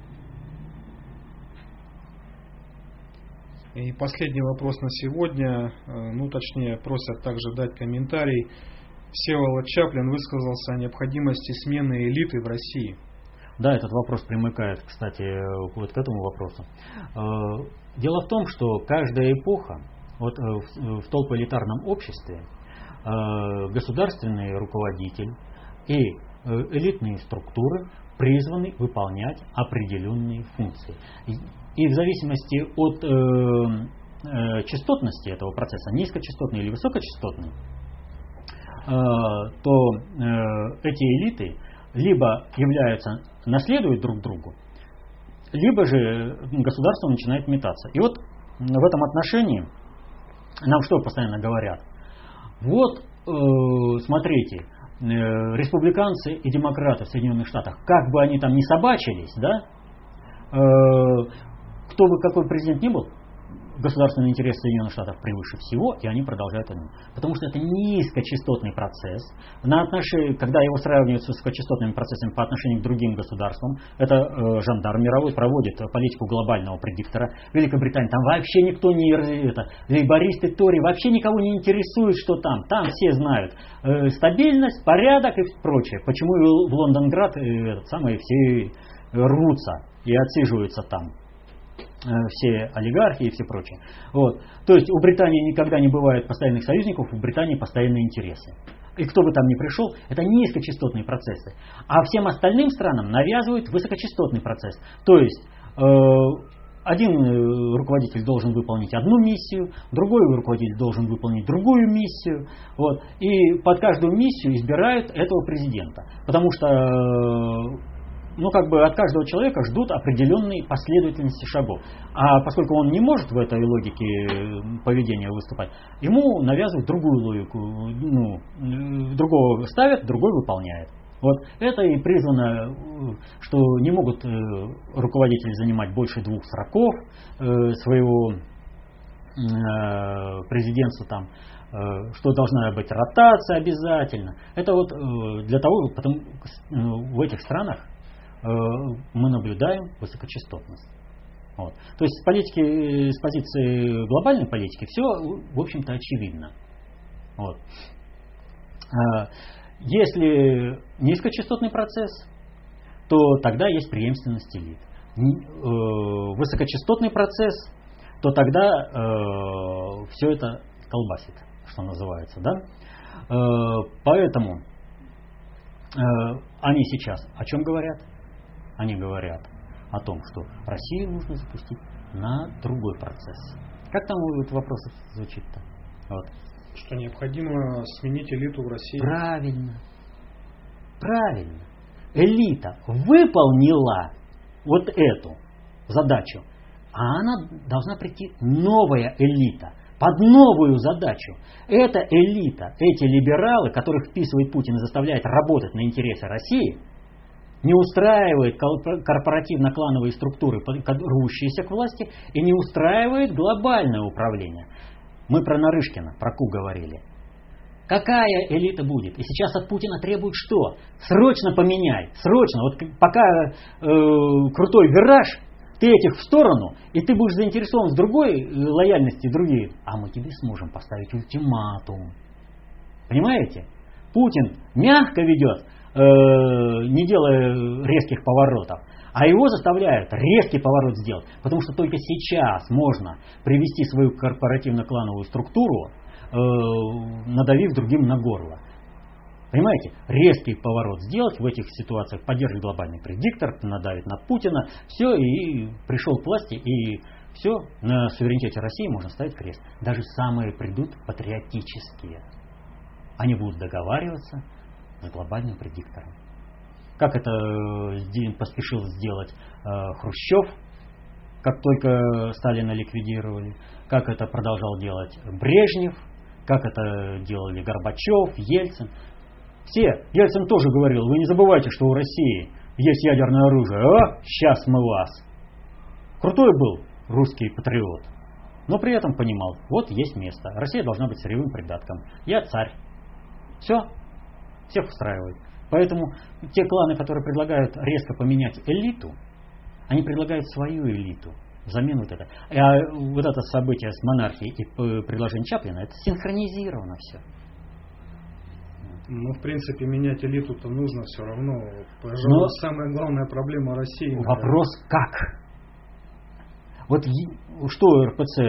И последний вопрос на сегодня, ну точнее просят также дать комментарий. Всеволод Чаплин высказался о необходимости смены элиты в России. Да, этот вопрос примыкает, кстати, вот к этому вопросу. Дело в том, что каждая эпоха, вот в толпоэлитарном обществе, государственный руководитель и элитные структуры призваны выполнять определенные функции. И в зависимости от э, э, частотности этого процесса, низкочастотный или высокочастотный, э, то э, эти элиты либо являются, наследуют друг другу, либо же государство начинает метаться. И вот в этом отношении нам что постоянно говорят? Вот, э, смотрите, э, республиканцы и демократы в Соединенных Штатах, как бы они там ни собачились, да, э, кто бы какой президент ни был, государственный интерес Соединенных Штатов превыше всего, и они продолжают это. Потому что это низкочастотный процесс. На отношении, когда его сравнивают с высокочастотными процессами по отношению к другим государствам, это э, жандарм мировой проводит политику глобального предиктора. Великобритания, там вообще никто не... Это, лейбористы, тори, вообще никого не интересует, что там. Там все знают. Э, стабильность, порядок и прочее. Почему в Лондонград э, этот самый, все рвутся и отсиживаются там. Все олигархи и все прочее. Вот. То есть у Британии никогда не бывает постоянных союзников, у Британии постоянные интересы. И кто бы там ни пришел, это низкочастотные процессы. А всем остальным странам навязывают высокочастотный процесс. То есть э, один руководитель должен выполнить одну миссию, другой руководитель должен выполнить другую миссию. Вот, и под каждую миссию избирают этого президента. Потому что ну, как бы от каждого человека ждут определенной последовательности шагов. А поскольку он не может в этой логике поведения выступать, ему навязывают другую логику. Ну, другого ставят, другой выполняет. Вот это и призвано, что не могут руководители занимать больше двух сроков своего президентства там, что должна быть ротация обязательно. Это вот для того, потому в этих странах мы наблюдаем высокочастотность. Вот. То есть с, политики, с позиции глобальной политики все, в общем-то, очевидно. Вот. Если низкочастотный процесс, то тогда есть преемственность элит. Высокочастотный процесс, то тогда э, все это колбасит, что называется. Да? Э, поэтому э, они сейчас о чем говорят? Они говорят о том, что Россию нужно запустить на другой процесс. Как там этот вопрос звучит-то? Вот. Что необходимо сменить элиту в России. Правильно. Правильно. Элита выполнила вот эту задачу, а она должна прийти новая элита под новую задачу. Эта элита, эти либералы, которых вписывает Путин и заставляет работать на интересы России, не устраивает корпоративно-клановые структуры, рвущиеся к власти, и не устраивает глобальное управление. Мы про Нарышкина, про Ку говорили. Какая элита будет? И сейчас от Путина требуют что? Срочно поменяй, срочно. Вот пока э, крутой вираж, ты этих в сторону, и ты будешь заинтересован в другой лояльности, другие. А мы тебе сможем поставить ультиматум. Понимаете? Путин мягко ведет, э, не делая резких поворотов. А его заставляют резкий поворот сделать, потому что только сейчас можно привести свою корпоративно-клановую структуру, э, надавив другим на горло. Понимаете? Резкий поворот сделать в этих ситуациях, поддержит глобальный предиктор, надавит на Путина, все, и пришел к власти, и все, на суверенитете России можно ставить крест. Даже самые придут патриотические. Они будут договариваться с глобальным предиктором. Как это поспешил сделать Хрущев, как только Сталина ликвидировали, как это продолжал делать Брежнев, как это делали Горбачев, Ельцин. Все. Ельцин тоже говорил, вы не забывайте, что у России есть ядерное оружие. А, сейчас мы вас. Крутой был русский патриот, но при этом понимал, вот есть место. Россия должна быть сырьевым придатком. Я царь. Все. Всех устраивает. Поэтому те кланы, которые предлагают резко поменять элиту, они предлагают свою элиту взамен вот это. А вот это событие с монархией и предложение Чаплина, это синхронизировано все. Ну, в принципе, менять элиту-то нужно все равно. Пожалуй, Но самая главная проблема России. Вопрос как? Вот что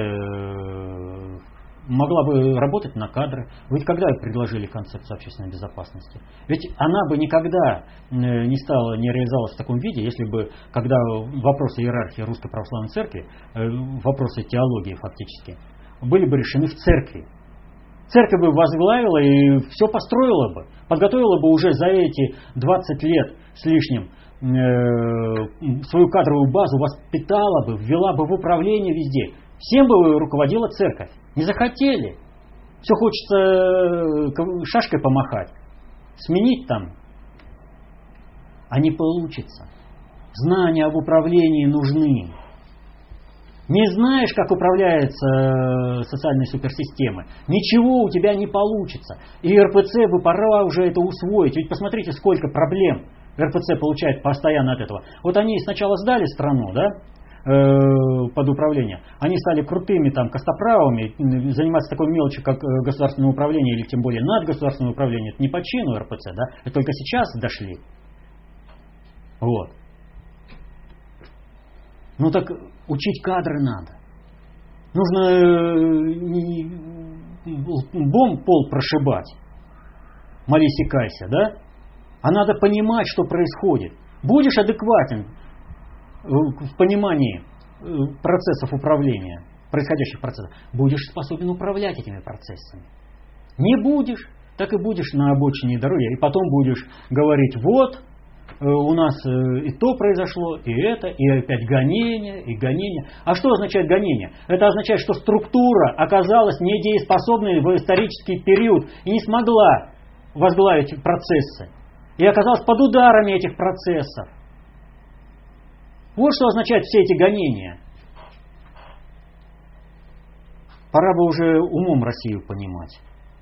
РПЦ могла бы работать на кадры. Ведь когда предложили концепцию общественной безопасности? Ведь она бы никогда не стала, не реализовалась в таком виде, если бы, когда вопросы иерархии Русской Православной Церкви, вопросы теологии фактически, были бы решены в церкви. Церковь бы возглавила и все построила бы, подготовила бы уже за эти двадцать лет с лишним э, свою кадровую базу, воспитала бы, ввела бы в управление везде. Всем бы руководила церковь. Не захотели. Все хочется шашкой помахать, сменить там. А не получится. Знания об управлении нужны. Не знаешь, как управляются социальные суперсистемы, ничего у тебя не получится. И РПЦ бы пора уже это усвоить. Ведь посмотрите, сколько проблем РПЦ получает постоянно от этого. Вот они сначала сдали страну, да, э, под управление. Они стали крутыми там костоправами, заниматься такой мелочью, как государственное управление, или тем более надгосударственное управление. Это не по чину РПЦ, да, это только сейчас дошли. Вот. Ну так учить кадры надо. Нужно не бомб пол прошибать. Молись и кайся, да? А надо понимать, что происходит. Будешь адекватен в понимании процессов управления, происходящих процессов, будешь способен управлять этими процессами. Не будешь, так и будешь на обочине дороги, и потом будешь говорить, вот, у нас и то произошло, и это, и опять гонение, и гонение. А что означает гонение? Это означает, что структура оказалась недееспособной в исторический период и не смогла возглавить процессы. И оказалась под ударами этих процессов. Вот что означают все эти гонения. Пора бы уже умом Россию понимать.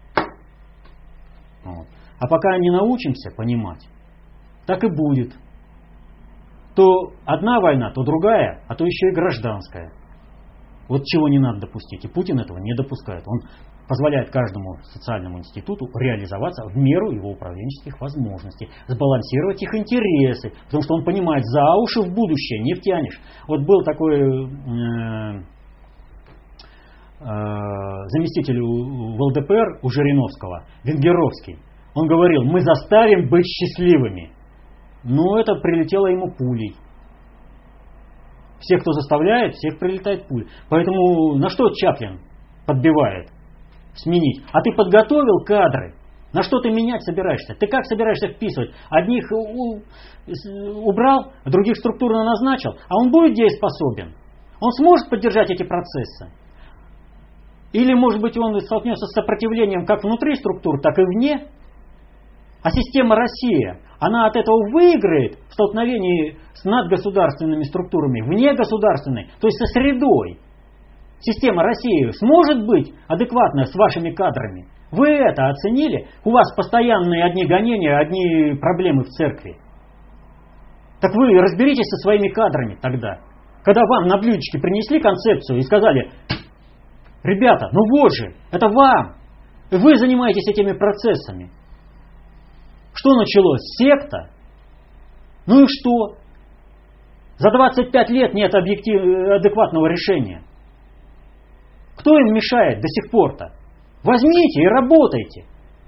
Вот. А пока не научимся понимать, так и будет. То одна война, то другая, а то еще и гражданская. Вот чего не надо допустить. И Путин этого не допускает. Он позволяет каждому социальному институту реализоваться в меру его управленческих возможностей, сбалансировать их интересы, потому что он понимает, за уши в будущее не втянешь. Вот был такой э, э, заместитель в эл дэ пэ эр у Жириновского, Венгеровский. Он говорил, мы заставим быть счастливыми. Но это прилетело ему пулей. Всех, кто заставляет, всех прилетает пуля. Поэтому на что Чаплин подбивает? Сменить. А ты подготовил кадры? На что ты менять собираешься? Ты как собираешься вписывать? Одних убрал, других структурно назначил, а он будет дееспособен? Он сможет поддержать эти процессы? Или, может быть, он столкнется с сопротивлением как внутри структур, так и вне? А система Россия, она от этого выиграет в столкновении с надгосударственными структурами, внегосударственной, то есть со средой. Система России сможет быть адекватна с вашими кадрами? Вы это оценили? У вас постоянные одни гонения, одни проблемы в церкви. Так вы разберитесь со своими кадрами тогда. Когда вам на блюдечке принесли концепцию и сказали, ребята, ну вот же, это вам. Вы занимаетесь этими процессами. Что началось? Секта? Ну и что? За двадцать пять лет нет объектив... адекватного решения. Кто им мешает до сих пор-то? Возьмите и работайте.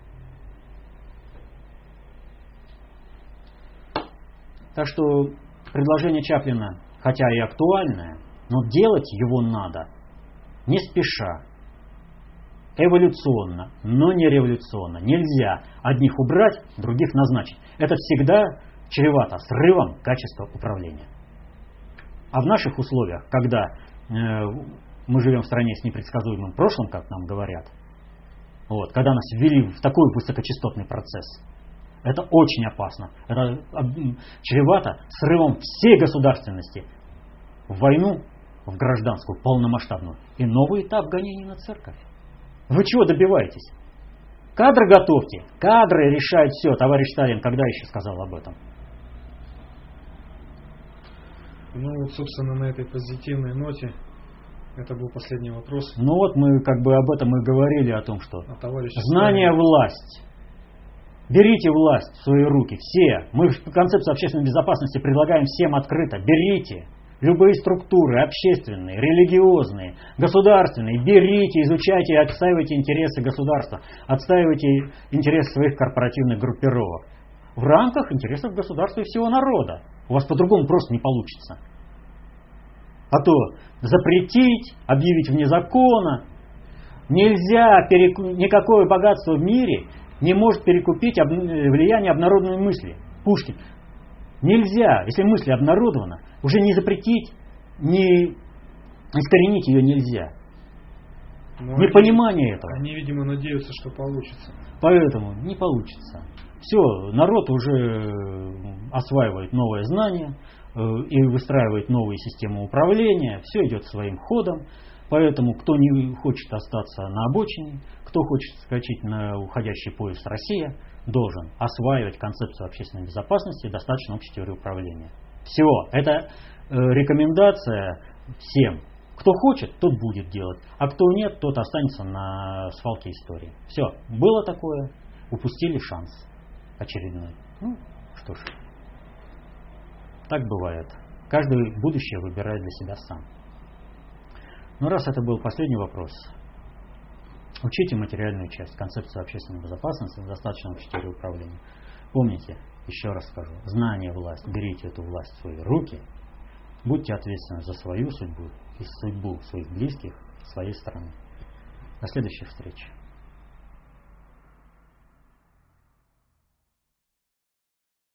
Так что предложение Чаплина, хотя и актуальное, но делать его надо не спеша. Эволюционно, но не революционно. Нельзя одних убрать, других назначить. Это всегда чревато срывом качества управления. А в наших условиях, когда э, мы живем в стране с непредсказуемым прошлым, как нам говорят, вот, когда нас ввели в такой высокочастотный процесс, это очень опасно. Это чревато срывом всей государственности в войну, в гражданскую, полномасштабную. И новый этап гонений на церковь. Вы чего добиваетесь? Кадры готовьте. Кадры решают все. Товарищ Сталин когда еще сказал об этом? Ну вот, собственно, на этой позитивной ноте это был последний вопрос. Ну вот мы как бы об этом и говорили, о том, что а знание – власть. Берите власть в свои руки. Все. Мы в концепцию общественной безопасности предлагаем всем открыто. Берите. Любые структуры, общественные, религиозные, государственные, берите, изучайте и отстаивайте интересы государства, отстаивайте интересы своих корпоративных группировок в рамках интересов государства и всего народа. У вас по-другому просто не получится. А то запретить, объявить вне закона. Нельзя, переку... никакое богатство в мире не может перекупить об... влияние обнародованной мысли. Пушкин. Нельзя, если мысль обнародована, уже не запретить, не искоренить ее нельзя. Но Непонимание они, этого. Они, видимо, надеются, что получится. Поэтому не получится. Все, народ уже осваивает новые знания и выстраивает новые системы управления. Все идет своим ходом. Поэтому, кто не хочет остаться на обочине, кто хочет скачать на уходящий поезд «Россия», должен осваивать концепцию общественной безопасности и достаточно общей теории управления. Все. Это э, рекомендация всем. Кто хочет, тот будет делать. А кто нет, тот останется на свалке истории. Все. Было такое. Упустили шанс очередной. Ну, что ж. Так бывает. Каждый будущее выбирает для себя сам. Ну, раз это был последний вопрос, учите материальную часть, концепцию общественной безопасности, достаточно общей теории управления. Помните, еще раз скажу, знание – власть. Берите эту власть в свои руки Будьте ответственны за свою судьбу и судьбу своих близких, своей страны. До следующих встреч.